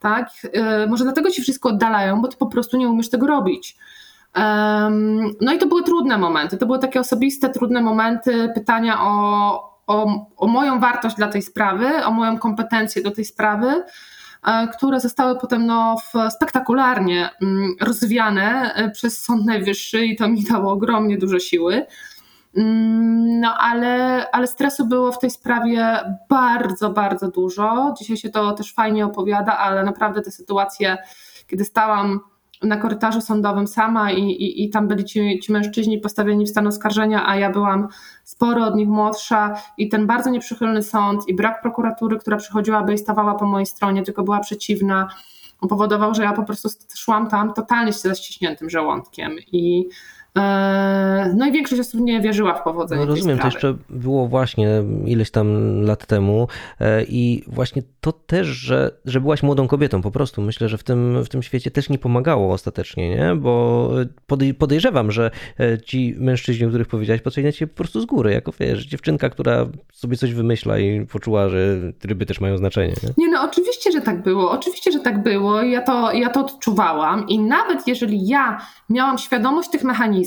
tak? Może dlatego ci wszystko oddalają, bo ty po prostu nie umiesz tego robić. No i to były trudne momenty, to były takie osobiste, trudne momenty, pytania o moją wartość dla tej sprawy, o moją kompetencję do tej sprawy, które zostały potem spektakularnie rozwiane przez Sąd Najwyższy i to mi dało ogromnie dużo siły. No ale stresu było w tej sprawie bardzo, bardzo dużo. Dzisiaj się to też fajnie opowiada, ale naprawdę te sytuacje, kiedy stałam na korytarzu sądowym sama i tam byli ci mężczyźni postawieni w stan oskarżenia, a ja byłam sporo od nich młodsza i ten bardzo nieprzychylny sąd i brak prokuratury, która przychodziłaby i stawała po mojej stronie, tylko była przeciwna, powodował, że ja po prostu szłam tam totalnie ze ściśniętym żołądkiem no i większość osób nie wierzyła w powodzenie tej Rozumiem, to sprawy. jeszcze było właśnie ileś tam lat temu i właśnie to też, że byłaś młodą kobietą po prostu. Myślę, że w tym świecie też nie pomagało ostatecznie, nie? Bo podejrzewam, że ci mężczyźni, o których powiedziałaś, patrzyli na ciebie po prostu z góry, jako wiesz, dziewczynka, która sobie coś wymyśla i poczuła, że ryby też mają znaczenie. Nie? Nie, no oczywiście, że tak było. Oczywiście, że tak było. Ja to odczuwałam i nawet jeżeli ja miałam świadomość tych mechanizmów,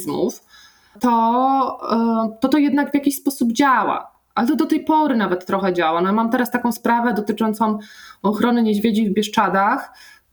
to jednak w jakiś sposób działa. Ale to do tej pory nawet trochę działa. No, mam teraz taką sprawę dotyczącą ochrony niedźwiedzi w Bieszczadach,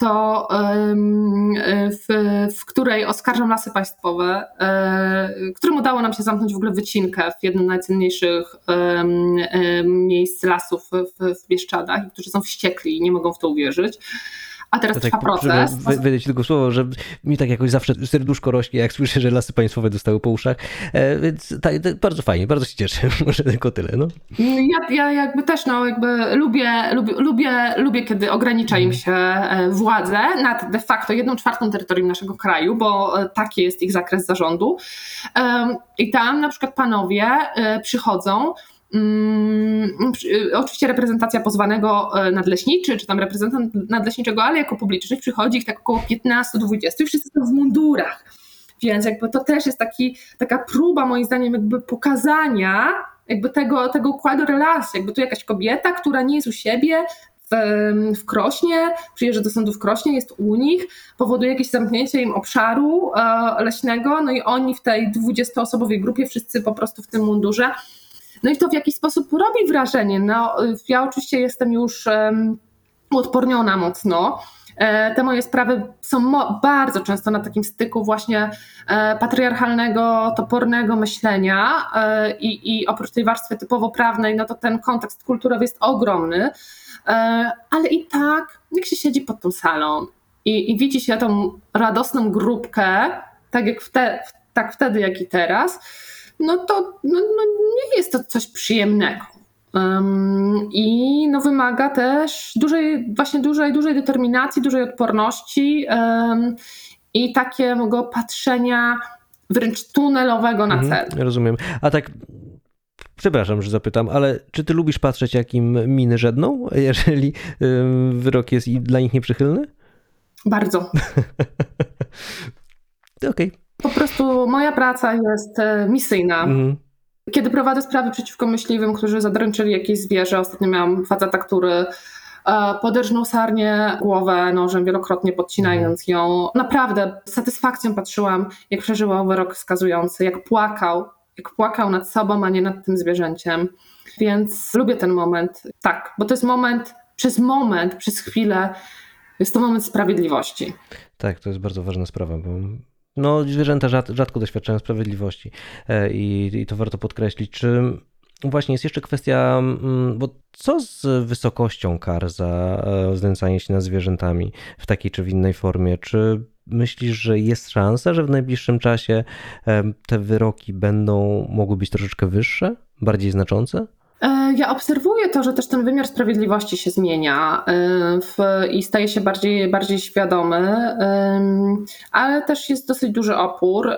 w której oskarżam Lasy Państwowe, którym udało nam się zamknąć w ogóle wycinkę w jednym z najcenniejszych miejsc lasów w Bieszczadach, i którzy są wściekli i nie mogą w to uwierzyć. A teraz trwa proces. Wejdę ci tylko słowo, że mi tak jakoś zawsze serduszko rośnie, jak słyszę, że Lasy Państwowe dostały po uszach. Więc tak, bardzo fajnie, bardzo się cieszę. Może tylko tyle. No. Ja jakby też jakby lubię, kiedy ogranicza im się władzę nad de facto 1/4 terytorium naszego kraju, bo taki jest ich zakres zarządu. I tam na przykład panowie przychodzą, oczywiście reprezentacja pozwanego nadleśniczy, czy tam reprezentant nadleśniczego, ale jako publiczność przychodzi ich tak około 15-20 i wszyscy są w mundurach. Więc jakby to też jest taka próba, moim zdaniem, jakby pokazania jakby tego układu relacji. Jakby tu jakaś kobieta, która nie jest u siebie w Krośnie, przyjeżdża do sądu w Krośnie, jest u nich, powoduje jakieś zamknięcie im obszaru leśnego, no i oni w tej 20-osobowej grupie, wszyscy po prostu w tym mundurze. No i to w jakiś sposób robi wrażenie. No, ja oczywiście jestem już uodporniona mocno. Te moje sprawy są bardzo często na takim styku właśnie patriarchalnego, topornego myślenia i oprócz tej warstwy typowo prawnej, no to ten kontekst kulturowy jest ogromny, ale i tak jak się siedzi pod tą salą i widzi się tą radosną grupkę, tak jak wtedy, jak i teraz, no to nie jest to coś przyjemnego. I wymaga też dużej determinacji, dużej odporności i takiego patrzenia wręcz tunelowego na cel. Rozumiem. A tak, przepraszam, że zapytam, ale czy ty lubisz patrzeć, jak im miny żedną, jeżeli wyrok jest dla nich nieprzychylny? Bardzo. Okej. Po prostu moja praca jest misyjna. Kiedy prowadzę sprawy przeciwko myśliwym, którzy zadręczyli jakieś zwierzę, ostatnio miałam faceta, który poderżnął sarnię głowę nożem, wielokrotnie podcinając ją. Naprawdę z satysfakcją patrzyłam, jak przeżywał wyrok skazujący, jak płakał nad sobą, a nie nad tym zwierzęciem. Więc lubię ten moment. Tak, bo to jest przez chwilę, jest to moment sprawiedliwości. Tak, to jest bardzo ważna sprawa, bo zwierzęta rzadko doświadczają sprawiedliwości i to warto podkreślić. Czy właśnie jest jeszcze kwestia, bo co z wysokością kar za znęcanie się nad zwierzętami w takiej czy w innej formie? Czy myślisz, że jest szansa, że w najbliższym czasie te wyroki będą mogły być troszeczkę wyższe, bardziej znaczące? Ja obserwuję to, że też ten wymiar sprawiedliwości się zmienia i staje się bardziej świadomy, ale też jest dosyć duży opór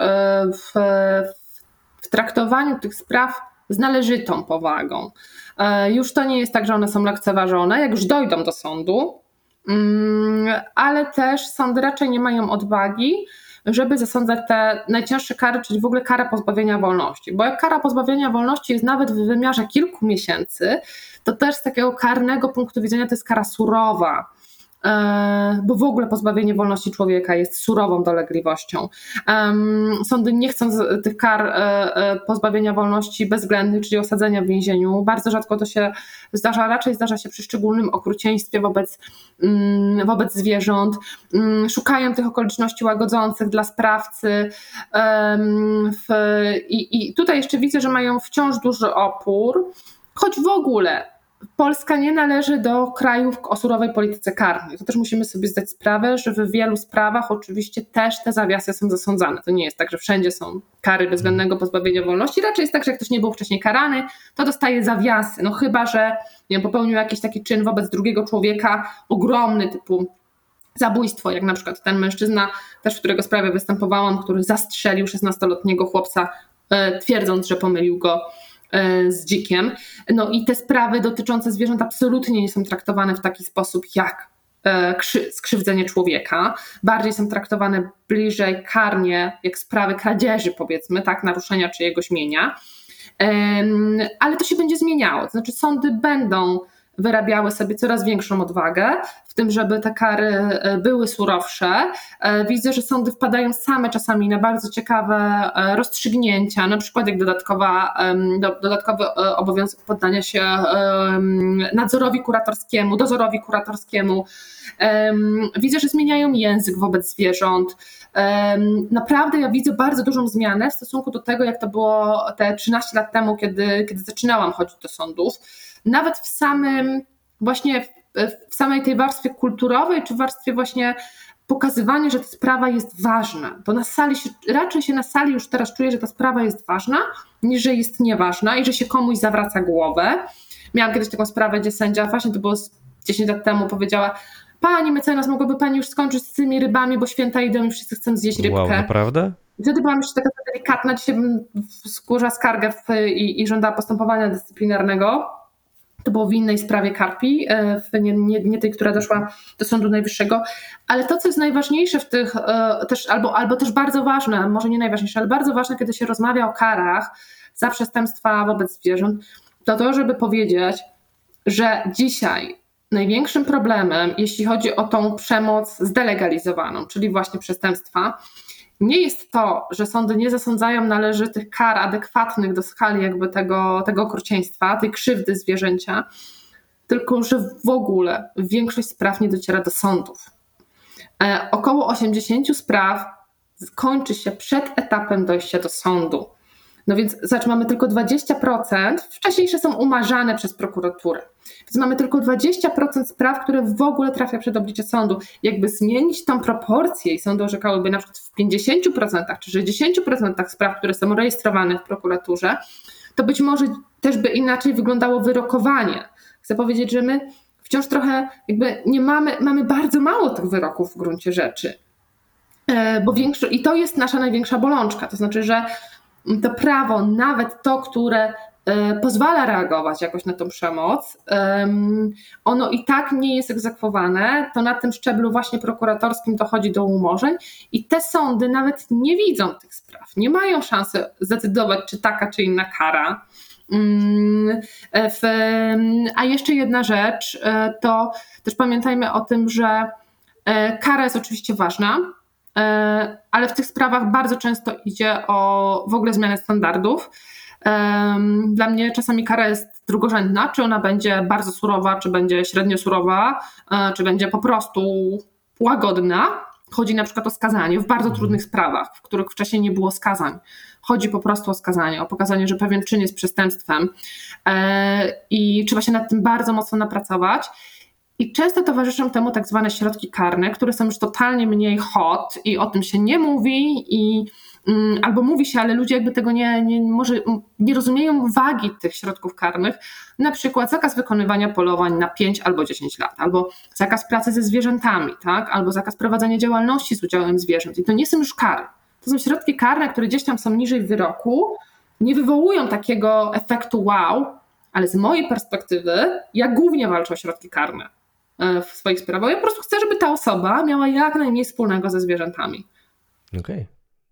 w traktowaniu tych spraw z należytą powagą. Już to nie jest tak, że one są lekceważone, jak już dojdą do sądu, ale też sądy raczej nie mają odwagi, żeby zasądzać te najcięższe kary, czyli w ogóle karę pozbawienia wolności. Bo jak kara pozbawienia wolności jest nawet w wymiarze kilku miesięcy, to też z takiego karnego punktu widzenia to jest kara surowa. bo w ogóle pozbawienie wolności człowieka jest surową dolegliwością. Sądy nie chcą tych kar pozbawienia wolności bezwzględnych, czyli osadzenia w więzieniu. Bardzo rzadko to się zdarza, raczej zdarza się przy szczególnym okrucieństwie wobec zwierząt. Szukają tych okoliczności łagodzących dla sprawcy. I tutaj jeszcze widzę, że mają wciąż duży opór, choć w ogóle Polska nie należy do krajów o surowej polityce karnej. To też musimy sobie zdać sprawę, że w wielu sprawach oczywiście też te zawiasy są zasądzane. To nie jest tak, że wszędzie są kary bezwzględnego pozbawienia wolności. Raczej jest tak, że jak ktoś nie był wcześniej karany, to dostaje zawiasy. No chyba, że nie wiem, popełnił jakiś taki czyn wobec drugiego człowieka ogromny, typu zabójstwo, jak na przykład ten mężczyzna, też w którego sprawie występowałam, który zastrzelił 16-letniego chłopca, twierdząc, że pomylił go z dzikiem. No i te sprawy dotyczące zwierząt absolutnie nie są traktowane w taki sposób jak skrzywdzenie człowieka. Bardziej są traktowane bliżej karnie, jak sprawy kradzieży, powiedzmy, tak, naruszenia czyjegoś mienia. Ale to się będzie zmieniało. To znaczy sądy będą wyrabiały sobie coraz większą odwagę w tym, żeby te kary były surowsze. Widzę, że sądy wpadają same czasami na bardzo ciekawe rozstrzygnięcia, na przykład jak dodatkowy obowiązek poddania się dozorowi kuratorskiemu. Widzę, że zmieniają język wobec zwierząt. Naprawdę ja widzę bardzo dużą zmianę w stosunku do tego, jak to było te 13 lat temu, kiedy zaczynałam chodzić do sądów. Nawet w samej tej warstwie kulturowej, czy warstwie właśnie pokazywania, że ta sprawa jest ważna. To raczej się na sali już teraz czuje, że ta sprawa jest ważna, niż że jest nieważna i że się komuś zawraca głowę. Miałam kiedyś taką sprawę, gdzie sędzia, właśnie to było 10 lat temu, powiedziała: pani mecenas, mogłaby pani już skończyć z tymi rybami, bo święta idą i wszyscy chcą zjeść rybkę. Wow, naprawdę? Wtedy byłam jeszcze taka delikatna, dzisiaj bym zgłosiła skargę i żądała postępowania dyscyplinarnego. To było w innej sprawie Karpi, nie tej, która doszła do Sądu Najwyższego. Ale to, co jest najważniejsze w tych, też, albo też bardzo ważne, może nie najważniejsze, ale bardzo ważne, kiedy się rozmawia o karach za przestępstwa wobec zwierząt, to, żeby powiedzieć, że dzisiaj największym problemem, jeśli chodzi o tą przemoc zdelegalizowaną, czyli właśnie przestępstwa, nie jest to, że sądy nie zasądzają należytych kar adekwatnych do skali jakby tego okrucieństwa, tej krzywdy zwierzęcia, tylko że w ogóle większość spraw nie dociera do sądów. Około 80 spraw kończy się przed etapem dojścia do sądu. No więc mamy tylko 20%, wcześniejsze są umarzane przez prokuraturę. Więc mamy tylko 20% spraw, które w ogóle trafia przed oblicze sądu. Jakby zmienić tą proporcję i sądy orzekałyby na przykład w 50% czy 60% spraw, które są rejestrowane w prokuraturze, to być może też by inaczej wyglądało wyrokowanie. Chcę powiedzieć, że my wciąż trochę jakby nie mamy bardzo mało tych wyroków w gruncie rzeczy. I to jest nasza największa bolączka. To znaczy, że to prawo, nawet to, które pozwala reagować jakoś na tą przemoc, ono i tak nie jest egzekwowane, to na tym szczeblu właśnie prokuratorskim dochodzi do umorzeń i te sądy nawet nie widzą tych spraw, nie mają szansy zdecydować, czy taka, czy inna kara. A jeszcze jedna rzecz, to też pamiętajmy o tym, że kara jest oczywiście ważna, ale w tych sprawach bardzo często idzie o w ogóle zmianę standardów. Dla mnie czasami kara jest drugorzędna, czy ona będzie bardzo surowa, czy będzie średnio surowa, czy będzie po prostu łagodna. Chodzi na przykład o skazanie w bardzo trudnych sprawach, w których wcześniej nie było skazań. Chodzi po prostu o skazanie, o pokazanie, że pewien czyn jest przestępstwem i trzeba się nad tym bardzo mocno napracować. I często towarzyszą temu tak zwane środki karne, które są już totalnie mniej hot i o tym się nie mówi albo mówi się, ale ludzie jakby tego nie rozumieją wagi tych środków karnych. Na przykład zakaz wykonywania polowań na 5 albo 10 lat, albo zakaz pracy ze zwierzętami, tak? Albo zakaz prowadzenia działalności z udziałem zwierząt. I to nie są już kary. To są środki karne, które gdzieś tam są niżej wyroku, nie wywołują takiego efektu wow, ale z mojej perspektywy ja głównie walczę o środki karne w swoich sprawach. Ja po prostu chcę, żeby ta osoba miała jak najmniej wspólnego ze zwierzętami. Okej.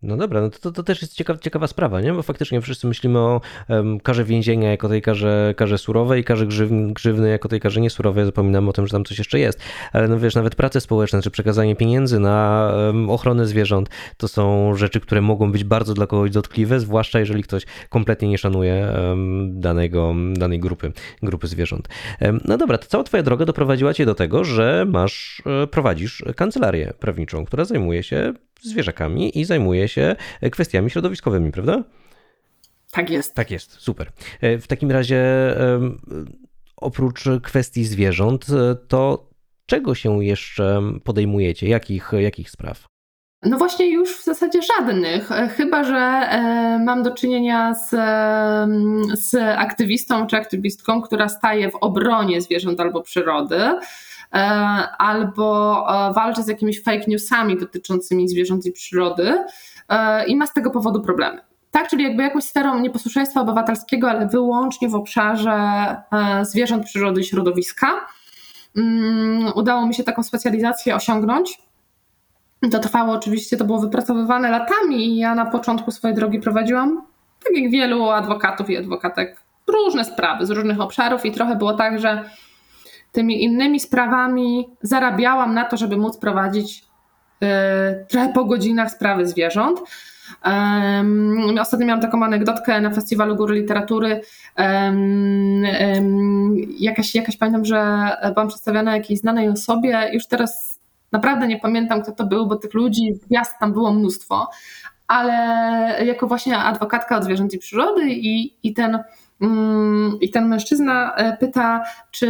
No dobra, no to też jest ciekawa sprawa, nie? Bo faktycznie wszyscy myślimy o karze więzienia jako tej karze surowej, karze grzywny jako tej karze niesurowej, zapominamy o tym, że tam coś jeszcze jest. Ale no wiesz, nawet prace społeczne, czy przekazanie pieniędzy na ochronę zwierząt, to są rzeczy, które mogą być bardzo dla kogoś dotkliwe, zwłaszcza jeżeli ktoś kompletnie nie szanuje danej grupy zwierząt. No dobra, to cała twoja droga doprowadziła cię do tego, że prowadzisz kancelarię prawniczą, która zajmuje się zwierzakami i zajmuje się kwestiami środowiskowymi, prawda? Tak jest. Tak jest, super. W takim razie oprócz kwestii zwierząt, to czego się jeszcze podejmujecie? Jakich spraw? No właśnie już w zasadzie żadnych, chyba że mam do czynienia z aktywistą czy aktywistką, która staje w obronie zwierząt albo przyrody, albo walczy z jakimiś fake newsami dotyczącymi zwierząt i przyrody i ma z tego powodu problemy. Tak, czyli jakby jakąś sferą nieposłuszeństwa obywatelskiego, ale wyłącznie w obszarze zwierząt, przyrody i środowiska. Udało mi się taką specjalizację osiągnąć. To trwało oczywiście, to było wypracowywane latami i ja na początku swojej drogi prowadziłam, tak jak wielu adwokatów i adwokatek, różne sprawy z różnych obszarów i trochę było tak, że tymi innymi sprawami zarabiałam na to, żeby móc prowadzić trochę po godzinach sprawy zwierząt. Ostatnio miałam taką anegdotkę na Festiwalu Góry Literatury. Jakaś pamiętam, że byłam przedstawiana jakiejś znanej osobie, już teraz naprawdę nie pamiętam, kto to był, bo tych ludzi, gwiazd tam było mnóstwo, ale jako właśnie adwokatka od zwierząt i przyrody i ten mężczyzna pyta,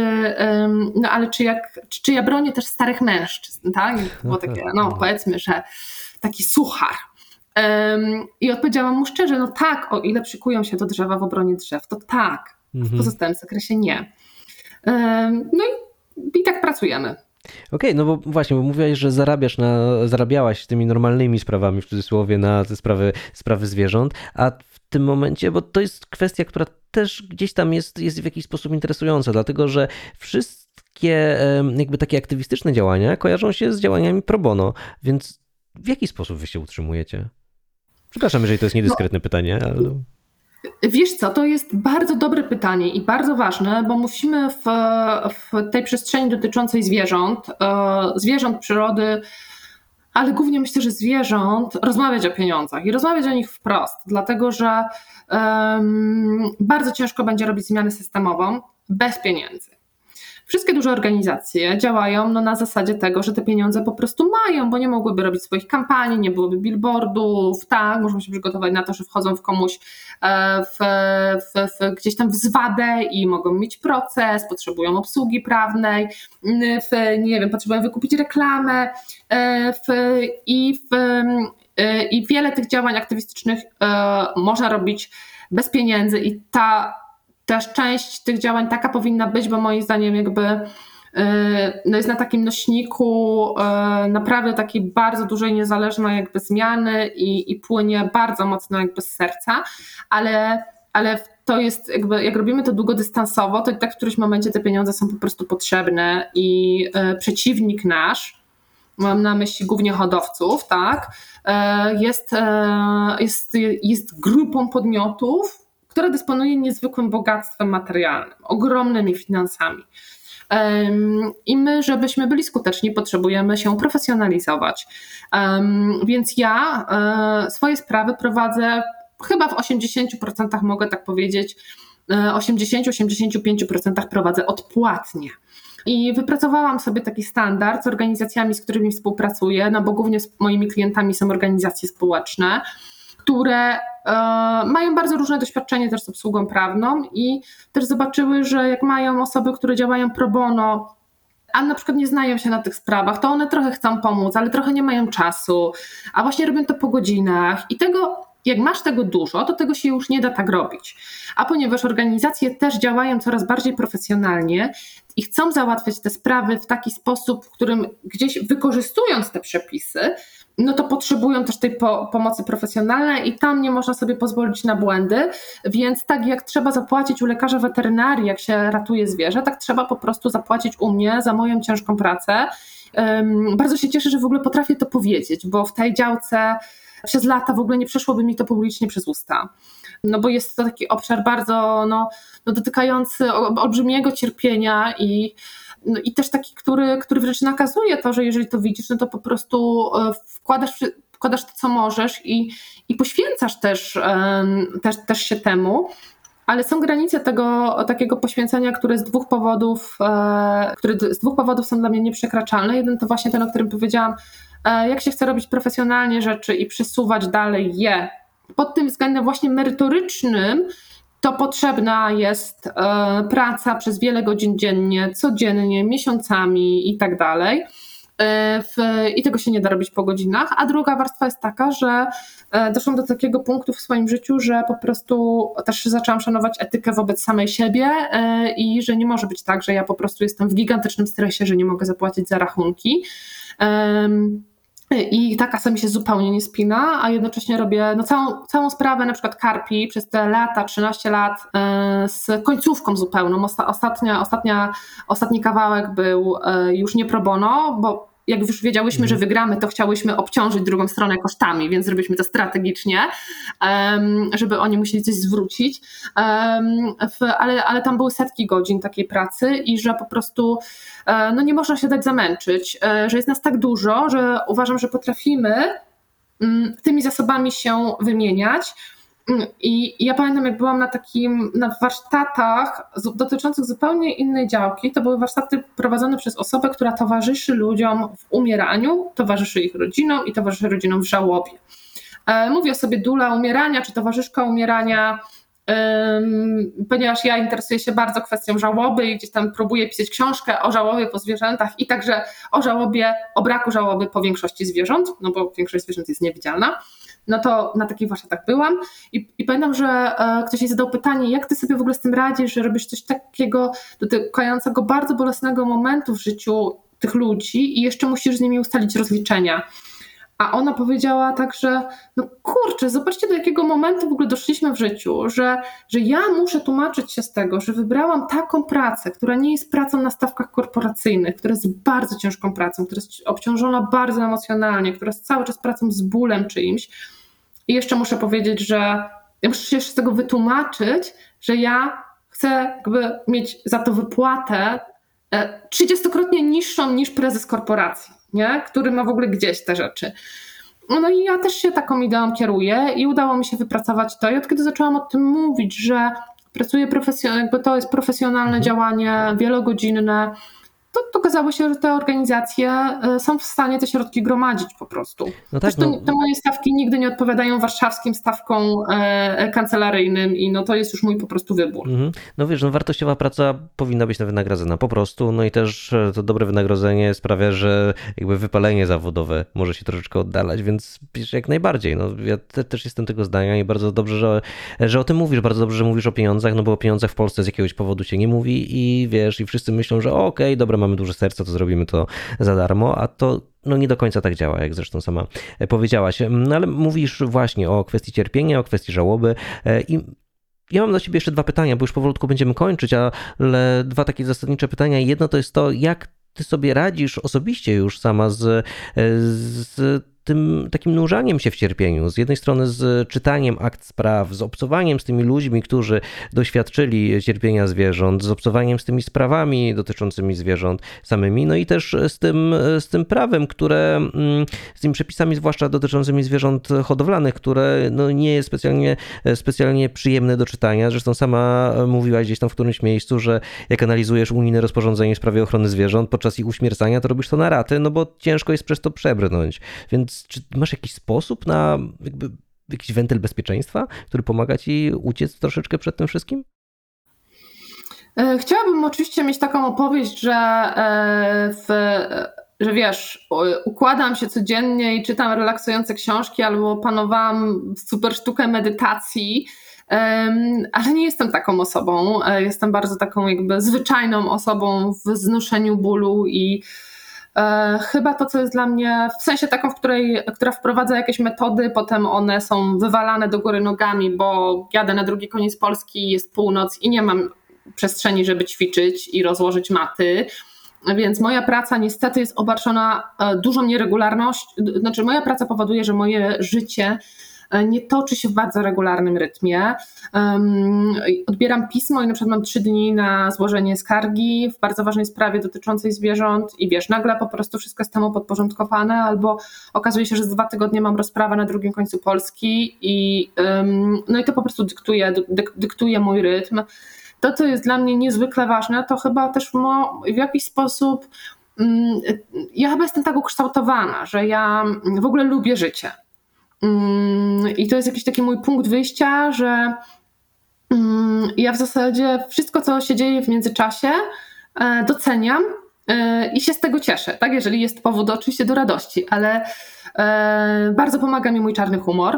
czy ja bronię też starych mężczyzn, tak? Było takie, powiedzmy, że taki suchar. I odpowiedziałam mu szczerze, no tak, o ile przykują się do drzewa w obronie drzew, to tak, w pozostałym zakresie nie. No i tak pracujemy. Okej, no bo właśnie, bo mówiłaś, że zarabiałaś tymi normalnymi sprawami, w cudzysłowie, na te sprawy zwierząt, a w tym momencie, bo to jest kwestia, która też gdzieś tam jest w jakiś sposób interesująca, dlatego że wszystkie jakby takie aktywistyczne działania kojarzą się z działaniami pro bono, więc w jaki sposób wy się utrzymujecie? Przepraszam, jeżeli to jest niedyskretne pytanie, ale... Wiesz co, to jest bardzo dobre pytanie i bardzo ważne, bo musimy w tej przestrzeni dotyczącej zwierząt, przyrody, ale głównie myślę, że zwierząt, rozmawiać o pieniądzach i rozmawiać o nich wprost, dlatego że bardzo ciężko będzie robić zmianę systemową bez pieniędzy. Wszystkie duże organizacje działają na zasadzie tego, że te pieniądze po prostu mają, bo nie mogłyby robić swoich kampanii, nie byłoby billboardów, tak, muszą się przygotować na to, że wchodzą w komuś gdzieś tam w zwadę i mogą mieć proces, potrzebują obsługi prawnej, nie wiem, potrzebują wykupić reklamę i wiele tych działań aktywistycznych można robić bez pieniędzy i też część tych działań taka powinna być, bo moim zdaniem jakby jest na takim nośniku naprawdę takiej bardzo dużej niezależnej jakby zmiany i płynie bardzo mocno jakby z serca, ale to jest jakby, jak robimy to długodystansowo, to i tak w którymś momencie te pieniądze są po prostu potrzebne i przeciwnik nasz, mam na myśli głównie hodowców, tak, jest grupą podmiotów, która dysponuje niezwykłym bogactwem materialnym, ogromnymi finansami. I my, żebyśmy byli skuteczni, potrzebujemy się profesjonalizować. Więc ja swoje sprawy prowadzę chyba w 80%, mogę tak powiedzieć, 80-85% prowadzę odpłatnie. I wypracowałam sobie taki standard z organizacjami, z którymi współpracuję, bo głównie z moimi klientami są organizacje społeczne, które mają bardzo różne doświadczenie też z obsługą prawną i też zobaczyły, że jak mają osoby, które działają pro bono, a na przykład nie znają się na tych sprawach, to one trochę chcą pomóc, ale trochę nie mają czasu, a właśnie robią to po godzinach i jak masz tego dużo, to tego się już nie da tak robić. A ponieważ organizacje też działają coraz bardziej profesjonalnie i chcą załatwiać te sprawy w taki sposób, w którym gdzieś wykorzystując te przepisy, to potrzebują też tej pomocy profesjonalnej i tam nie można sobie pozwolić na błędy, więc tak jak trzeba zapłacić u lekarza weterynarii, jak się ratuje zwierzę, tak trzeba po prostu zapłacić u mnie za moją ciężką pracę. Bardzo się cieszę, że w ogóle potrafię to powiedzieć, bo w tej działce przez lata w ogóle nie przeszłoby mi to publicznie przez usta. No bo jest to taki obszar bardzo dotykający olbrzymiego cierpienia i też taki, który wręcz nakazuje to, że jeżeli to widzisz, no to po prostu wkładasz to, co możesz i poświęcasz też się temu. Ale są granice tego takiego poświęcenia, które z dwóch powodów są dla mnie nieprzekraczalne. Jeden to właśnie ten, o którym powiedziałam, jak się chce robić profesjonalnie rzeczy i przesuwać dalej je. Pod tym względem właśnie merytorycznym to potrzebna jest praca przez wiele godzin dziennie, codziennie, miesiącami i tak dalej. I tego się nie da robić po godzinach. A druga warstwa jest taka, że doszłam do takiego punktu w swoim życiu, że po prostu też zaczęłam szanować etykę wobec samej siebie i że nie może być tak, że ja po prostu jestem w gigantycznym stresie, że nie mogę zapłacić za rachunki. I ta kasa mi się zupełnie nie spina, a jednocześnie robię całą sprawę na przykład Karpi przez te lata, 13 lat z końcówką zupełną. Ostatni kawałek był już nie pro bono, bo jak już wiedziałyśmy, że wygramy, to chciałyśmy obciążyć drugą stronę kosztami, więc zrobiliśmy to strategicznie, żeby oni musieli coś zwrócić, ale tam były setki godzin takiej pracy i że po prostu nie można się dać zamęczyć, że jest nas tak dużo, że uważam, że potrafimy tymi zasobami się wymieniać. I ja pamiętam, jak byłam na warsztatach dotyczących zupełnie innej działki. To były warsztaty prowadzone przez osobę, która towarzyszy ludziom w umieraniu, towarzyszy ich rodzinom i towarzyszy rodzinom w żałobie. Mówię sobie dula umierania czy towarzyszka umierania, ponieważ ja interesuję się bardzo kwestią żałoby i gdzieś tam próbuję pisać książkę o żałobie po zwierzętach i także o braku żałoby po większości zwierząt, no bo większość zwierząt jest niewidzialna. No to na takich warsztatach byłam i pamiętam, że ktoś mi zadał pytanie, jak ty sobie w ogóle z tym radzisz, że robisz coś takiego dotykającego bardzo bolesnego momentu w życiu tych ludzi i jeszcze musisz z nimi ustalić rozliczenia. A ona powiedziała tak, że no kurczę, zobaczcie do jakiego momentu w ogóle doszliśmy w życiu, że ja muszę tłumaczyć się z tego, że wybrałam taką pracę, która nie jest pracą na stawkach korporacyjnych, która jest bardzo ciężką pracą, która jest obciążona bardzo emocjonalnie, która jest cały czas pracą z bólem czyimś. I jeszcze muszę powiedzieć, że ja muszę się jeszcze z tego wytłumaczyć, że ja chcę jakby mieć za to wypłatę 30-krotnie niższą niż prezes korporacji, nie? Który ma w ogóle gdzieś te rzeczy. No i ja też się taką ideą kieruję i udało mi się wypracować to. I od kiedy zaczęłam o tym mówić, że pracuję jakby to jest profesjonalne działanie, wielogodzinne, to okazało się, że te organizacje są w stanie te środki gromadzić po prostu. No tak, te moje stawki nigdy nie odpowiadają warszawskim stawkom kancelaryjnym i to jest już mój po prostu wybór. No wiesz, wartościowa praca powinna być wynagradzana po prostu, no i też to dobre wynagrodzenie sprawia, że jakby wypalenie zawodowe może się troszeczkę oddalać, więc jak najbardziej, ja też jestem tego zdania i bardzo dobrze, że o tym mówisz, bardzo dobrze, że mówisz o pieniądzach, no bo o pieniądzach w Polsce z jakiegoś powodu się nie mówi i wiesz, i wszyscy myślą, że okej, dobra, mamy duże serce, to zrobimy to za darmo, a to nie do końca tak działa, jak zresztą sama powiedziałaś. No ale mówisz właśnie o kwestii cierpienia, o kwestii żałoby i ja mam dla ciebie jeszcze dwa pytania, bo już powolutku będziemy kończyć, ale dwa takie zasadnicze pytania. Jedno to jest to, jak ty sobie radzisz osobiście już sama z tym takim nurzaniem się w cierpieniu. Z jednej strony z czytaniem akt spraw, z obcowaniem z tymi ludźmi, którzy doświadczyli cierpienia zwierząt, z obcowaniem z tymi sprawami dotyczącymi zwierząt samymi, no i też z tym prawem, z tymi przepisami, zwłaszcza dotyczącymi zwierząt hodowlanych, które nie jest specjalnie przyjemne do czytania. Zresztą sama mówiłaś gdzieś tam w którymś miejscu, że jak analizujesz unijne rozporządzenie w sprawie ochrony zwierząt podczas ich uśmiercania, to robisz to na raty, bo ciężko jest przez to przebrnąć. Więc czy masz jakiś sposób na jakiś wentyl bezpieczeństwa, który pomaga ci uciec troszeczkę przed tym wszystkim? Chciałabym oczywiście mieć taką opowieść, że wiesz, układam się codziennie i czytam relaksujące książki albo opanowałam super sztukę medytacji, ale nie jestem taką osobą. Jestem bardzo taką jakby zwyczajną osobą w znoszeniu bólu i chyba to, co jest dla mnie, w sensie taką, która wprowadza jakieś metody, potem one są wywalane do góry nogami, bo jadę na drugi koniec Polski, jest północ i nie mam przestrzeni, żeby ćwiczyć i rozłożyć maty. Więc moja praca niestety jest obarczona dużą nieregularnością, znaczy moja praca powoduje, że moje życie nie toczy się w bardzo regularnym rytmie. Odbieram pismo i na przykład mam 3 dni na złożenie skargi w bardzo ważnej sprawie dotyczącej zwierząt i wiesz, nagle po prostu wszystko jest temu podporządkowane, albo okazuje się, że za 2 tygodnie mam rozprawę na drugim końcu Polski i no i to po prostu dyktuje mój rytm. To, co jest dla mnie niezwykle ważne, to chyba też w jakiś sposób ja chyba jestem tak ukształtowana, że ja w ogóle lubię życie. I to jest jakiś taki mój punkt wyjścia, że ja w zasadzie wszystko, co się dzieje w międzyczasie, doceniam i się z tego cieszę, tak? Jeżeli jest powód oczywiście do radości, ale bardzo pomaga mi mój czarny humor.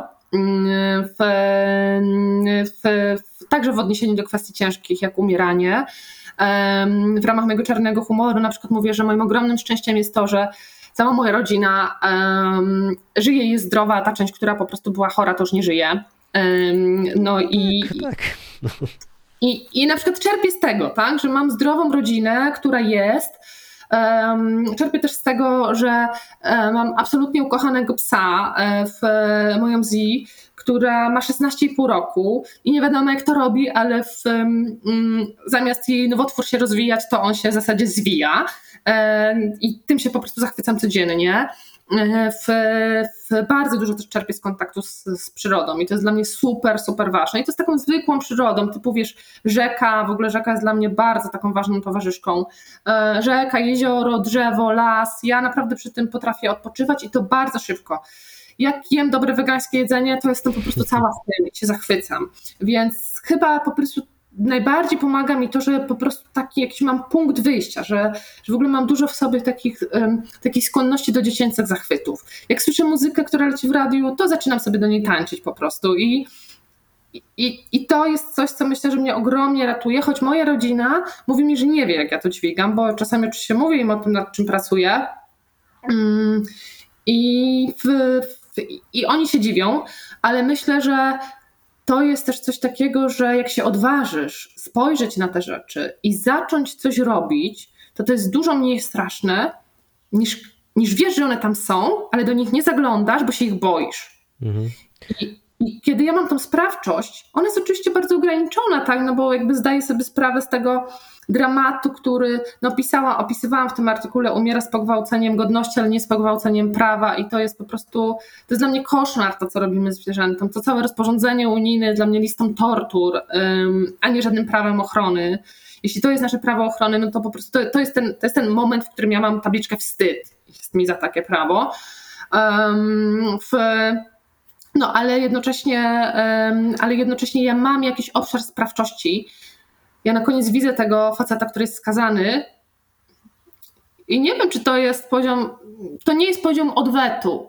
Także w odniesieniu do kwestii ciężkich, jak umieranie. W ramach mojego czarnego humoru na przykład mówię, że moim ogromnym szczęściem jest to, że cała moja rodzina żyje i jest zdrowa, a ta część, która po prostu była chora, to już nie żyje. No Tak. i na przykład czerpię z tego, tak, że mam zdrową rodzinę, która jest. Czerpię też z tego, że mam absolutnie ukochanego psa, moją Zi, która ma 16,5 roku i nie wiadomo jak to robi, ale zamiast jej nowotwór się rozwijać, to on się w zasadzie zwija i tym się po prostu zachwycam codziennie. Bardzo dużo też czerpię z kontaktu z przyrodą i to jest dla mnie super, super ważne. I to z taką zwykłą przyrodą, typu wiesz, rzeka, w ogóle rzeka jest dla mnie bardzo taką ważną towarzyszką. Rzeka, jezioro, drzewo, las, ja naprawdę przy tym potrafię odpoczywać i to bardzo szybko. Jak jem dobre wegańskie jedzenie, to jestem po prostu cała w tym i się zachwycam. Więc chyba po prostu najbardziej pomaga mi to, że po prostu taki jakiś mam punkt wyjścia, że w ogóle mam dużo w sobie takich skłonności do dziecięcych zachwytów. Jak słyszę muzykę, która leci w radiu, to zaczynam sobie do niej tańczyć po prostu i to jest coś, co myślę, że mnie ogromnie ratuje, choć moja rodzina mówi mi, że nie wie, jak ja to dźwigam, bo czasami oczywiście mówię im o tym, nad czym pracuję i oni się dziwią, ale myślę, że to jest też coś takiego, że jak się odważysz spojrzeć na te rzeczy i zacząć coś robić, to jest dużo mniej straszne niż wiesz, że one tam są, ale do nich nie zaglądasz, bo się ich boisz. Mhm. I kiedy ja mam tą sprawczość, ona jest oczywiście bardzo ograniczona, tak? No bo jakby zdaję sobie sprawę z tego dramatu, który opisywałam w tym artykule, umiera z pogwałceniem godności, ale nie z pogwałceniem prawa i to jest po prostu, to jest dla mnie koszmar to, co robimy z zwierzętom. To całe rozporządzenie unijne jest dla mnie listą tortur, a nie żadnym prawem ochrony. Jeśli to jest nasze prawo ochrony, no to po prostu to jest ten moment, w którym ja mam tabliczkę wstyd. Jest mi za takie prawo. No, ale jednocześnie ja mam jakiś obszar sprawczości. Ja na koniec widzę tego faceta, który jest skazany i nie wiem, czy to jest to nie jest poziom odwetu,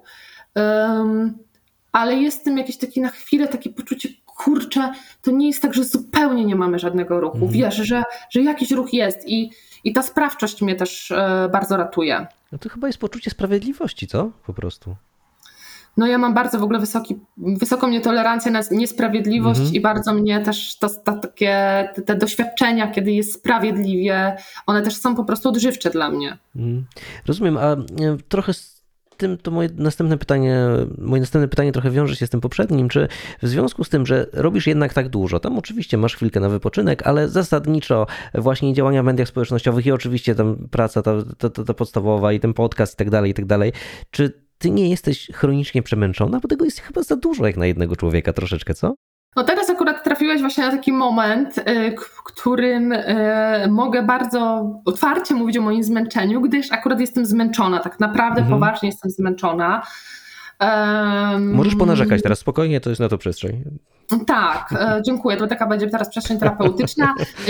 ale jest w tym jakieś na chwilę takie poczucie, kurczę, to nie jest tak, że zupełnie nie mamy żadnego ruchu. Wiesz, że jakiś ruch jest i ta sprawczość mnie też bardzo ratuje. No to chyba jest poczucie sprawiedliwości, co? Po prostu. No ja mam bardzo w ogóle wysoką nietolerancję na niesprawiedliwość i bardzo mnie też te doświadczenia, kiedy jest sprawiedliwie, one też są po prostu odżywcze dla mnie. Rozumiem, a trochę z tym to moje następne pytanie trochę wiąże się z tym poprzednim, czy w związku z tym, że robisz jednak tak dużo, tam oczywiście masz chwilkę na wypoczynek, ale zasadniczo właśnie działania w mediach społecznościowych i oczywiście tam praca ta podstawowa i ten podcast i tak dalej, czy ty nie jesteś chronicznie przemęczona? Bo tego jest chyba za dużo jak na jednego człowieka troszeczkę, co? No teraz akurat trafiłeś właśnie na taki moment, w którym mogę bardzo otwarcie mówić o moim zmęczeniu, gdyż akurat jestem zmęczona, tak naprawdę poważnie jestem zmęczona. Możesz ponarzekać teraz spokojnie, to jest na to przestrzeń. Tak, dziękuję, to taka będzie teraz przestrzeń terapeutyczna,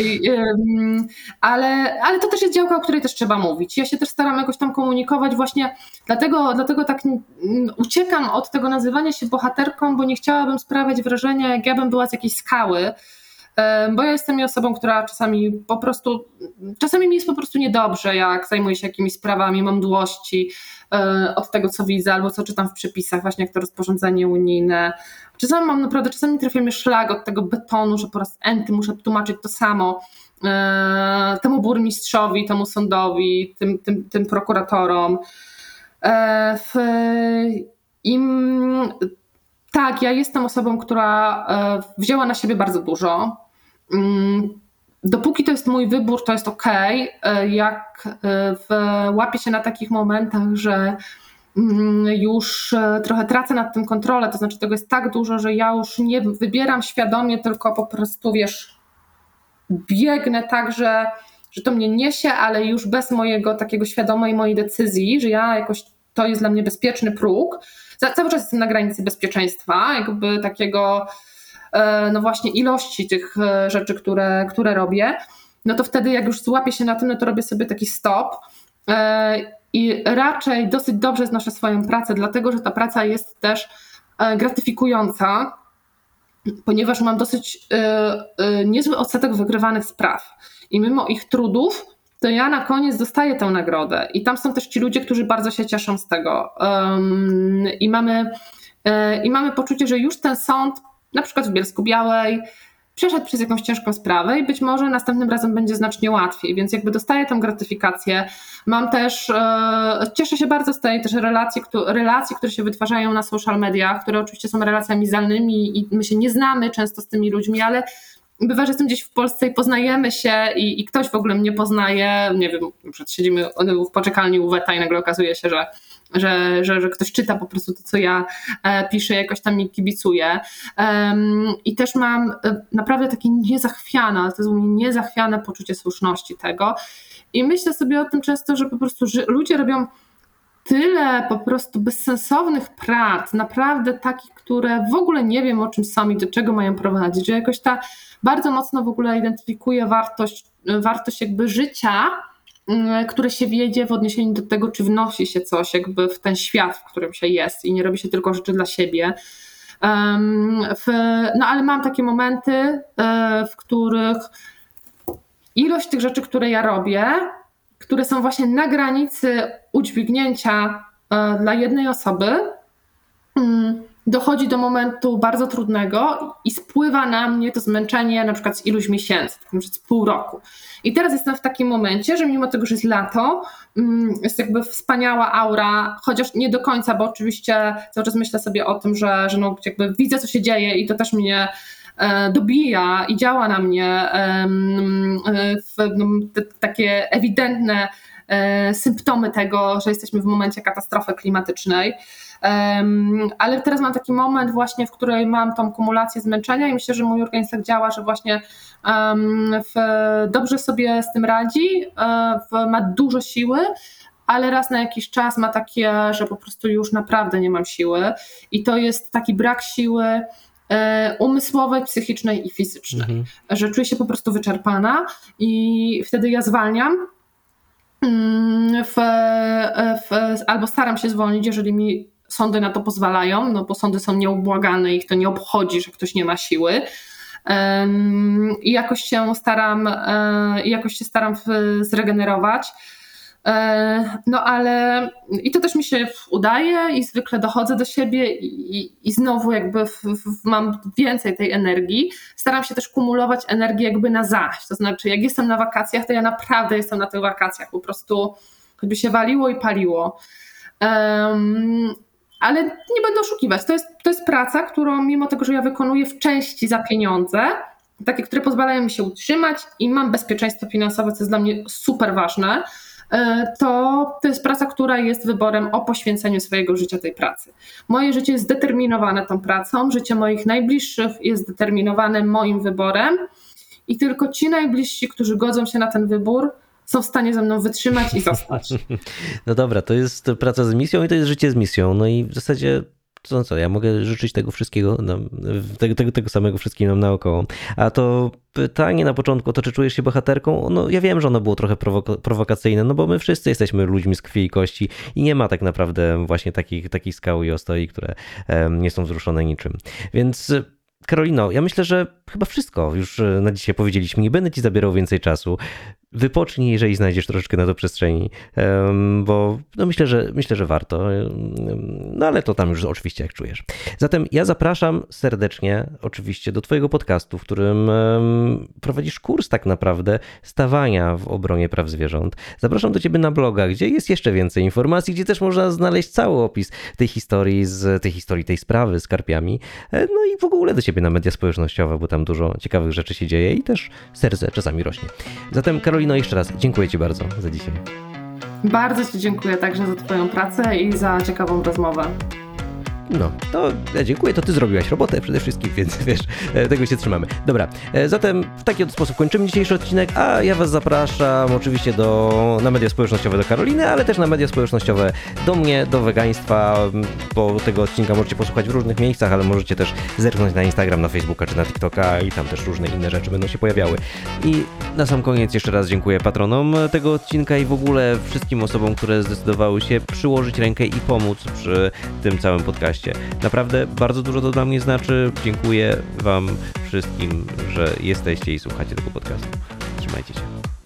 ale to też jest działka, o której też trzeba mówić. Ja się też staram jakoś tam komunikować właśnie, dlatego tak uciekam od tego nazywania się bohaterką, bo nie chciałabym sprawiać wrażenia, jak ja bym była z jakiejś skały, bo ja jestem osobą, która czasami mi jest po prostu niedobrze, jak zajmuję się jakimiś sprawami, mam mdłości od tego, co widzę, albo co czytam w przepisach, właśnie jak to rozporządzenie unijne. Czasami trafia mi szlag od tego betonu, że po raz enty muszę tłumaczyć to samo. temu burmistrzowi, temu sądowi, tym prokuratorom. Tak, ja jestem osobą, która wzięła na siebie bardzo dużo. Dopóki to jest mój wybór, to jest okej. Jak łapię się na takich momentach, że już trochę tracę nad tym kontrolę, to znaczy tego jest tak dużo, że ja już nie wybieram świadomie, tylko po prostu, biegnę tak, że to mnie niesie, ale już bez mojego takiego świadomej mojej decyzji, że ja jakoś, to jest dla mnie bezpieczny próg. Cały czas jestem na granicy bezpieczeństwa, jakby takiego, no właśnie ilości tych rzeczy, które robię, no to wtedy jak już złapię się na tym, no to robię sobie taki stop i raczej dosyć dobrze znoszę swoją pracę, dlatego że ta praca jest też gratyfikująca, ponieważ mam dosyć niezły odsetek wygrywanych spraw i mimo ich trudów to ja na koniec dostaję tę nagrodę i tam są też ci ludzie, którzy bardzo się cieszą z tego i mamy poczucie, że już ten sąd, na przykład w Bielsku-Białej, przeszedł przez jakąś ciężką sprawę i być może następnym razem będzie znacznie łatwiej, więc jakby dostaję tę gratyfikację. Mam też, cieszę się bardzo z tej też relacji, które się wytwarzają na social mediach, które oczywiście są relacjami zdalnymi i my się nie znamy często z tymi ludźmi, ale bywa, że jestem gdzieś w Polsce i poznajemy się i ktoś w ogóle mnie poznaje, nie wiem, na przykład siedzimy w poczekalni u Weta i nagle okazuje się, że ktoś czyta po prostu to, co ja piszę, jakoś tam mi kibicuje. I też mam naprawdę takie niezachwiane, ale to jest u mnie niezachwiane poczucie słuszności tego. I myślę sobie o tym często, że po prostu ludzie robią tyle po prostu bezsensownych prac, naprawdę takich, które w ogóle nie wiem o czym są i do czego mają prowadzić, że jakoś ta bardzo mocno w ogóle identyfikuje wartość jakby życia, które się wiedzie w odniesieniu do tego, czy wnosi się coś jakby w ten świat, w którym się jest i nie robi się tylko rzeczy dla siebie. No ale mam takie momenty, w których ilość tych rzeczy, które ja robię, które są właśnie na granicy udźwignięcia dla jednej osoby, dochodzi do momentu bardzo trudnego i spływa na mnie to zmęczenie na przykład z iluś miesięcy, na przykład z pół roku. I teraz jestem w takim momencie, że mimo tego, że jest lato, jest jakby wspaniała aura, chociaż nie do końca, bo oczywiście cały czas myślę sobie o tym, że no jakby widzę, co się dzieje i to też mnie dobija i działa na mnie takie ewidentne symptomy tego, że jesteśmy w momencie katastrofy klimatycznej. Ale teraz mam taki moment właśnie, w której mam tą kumulację zmęczenia i myślę, że mój organizm tak działa, że właśnie dobrze sobie z tym radzi, ma dużo siły, ale raz na jakiś czas ma takie, że po prostu już naprawdę nie mam siły i to jest taki brak siły umysłowej, psychicznej i fizycznej, że czuję się po prostu wyczerpana i wtedy ja zwalniam albo staram się zwolnić, jeżeli mi sądy na to pozwalają, no bo sądy są nieubłagane i ich to nie obchodzi, że ktoś nie ma siły. I jakoś się staram zregenerować. No ale i to też mi się udaje i zwykle dochodzę do siebie i znowu jakby mam więcej tej energii. Staram się też kumulować energię jakby na zaś. To znaczy jak jestem na wakacjach, to ja naprawdę jestem na tych wakacjach. Po prostu choćby się waliło i paliło. Ale nie będę oszukiwać. To jest praca, którą mimo tego, że ja wykonuję w części za pieniądze, takie, które pozwalają mi się utrzymać i mam bezpieczeństwo finansowe, co jest dla mnie super ważne, to jest praca, która jest wyborem o poświęceniu swojego życia tej pracy. Moje życie jest zdeterminowane tą pracą, życie moich najbliższych jest zdeterminowane moim wyborem i tylko ci najbliżsi, którzy godzą się na ten wybór, są w stanie ze mną wytrzymać i zostać. No dobra, to jest praca z misją i to jest życie z misją. No i w zasadzie ja mogę życzyć tego wszystkiego, tego samego wszystkim nam naokoło. A to pytanie na początku, to czy czujesz się bohaterką? No ja wiem, że ono było trochę prowokacyjne, no bo my wszyscy jesteśmy ludźmi z krwi i kości i nie ma tak naprawdę właśnie takich skał i ostoi, które nie są wzruszone niczym. Więc Karolino, ja myślę, że chyba wszystko już na dzisiaj powiedzieliśmy. Nie będę ci zabierał więcej czasu. wypocznij, jeżeli znajdziesz troszeczkę na to przestrzeni, bo no myślę, że warto, no ale to tam już oczywiście jak czujesz. Zatem ja zapraszam serdecznie oczywiście do twojego podcastu, w którym prowadzisz kurs tak naprawdę stawania w obronie praw zwierząt. Zapraszam do ciebie na bloga, gdzie jest jeszcze więcej informacji, gdzie też można znaleźć cały opis tej historii, tej sprawy z karpiami, no i w ogóle do ciebie na media społecznościowe, bo tam dużo ciekawych rzeczy się dzieje i też serce czasami rośnie. Zatem Karolino, jeszcze raz dziękuję ci bardzo za dzisiaj. Bardzo ci dziękuję także za twoją pracę i za ciekawą rozmowę. No, to ja dziękuję, to ty zrobiłaś robotę przede wszystkim, więc wiesz, tego się trzymamy. Dobra, zatem w taki oto sposób kończymy dzisiejszy odcinek, a ja was zapraszam oczywiście na media społecznościowe do Karoliny, ale też na media społecznościowe do mnie, do wegaństwa, bo tego odcinka możecie posłuchać w różnych miejscach, ale możecie też zerknąć na Instagram, na Facebooka czy na TikToka i tam też różne inne rzeczy będą się pojawiały. I na sam koniec jeszcze raz dziękuję patronom tego odcinka i w ogóle wszystkim osobom, które zdecydowały się przyłożyć rękę i pomóc przy tym całym podcaście. Naprawdę bardzo dużo to dla mnie znaczy. Dziękuję wam wszystkim, że jesteście i słuchacie tego podcastu. Trzymajcie się.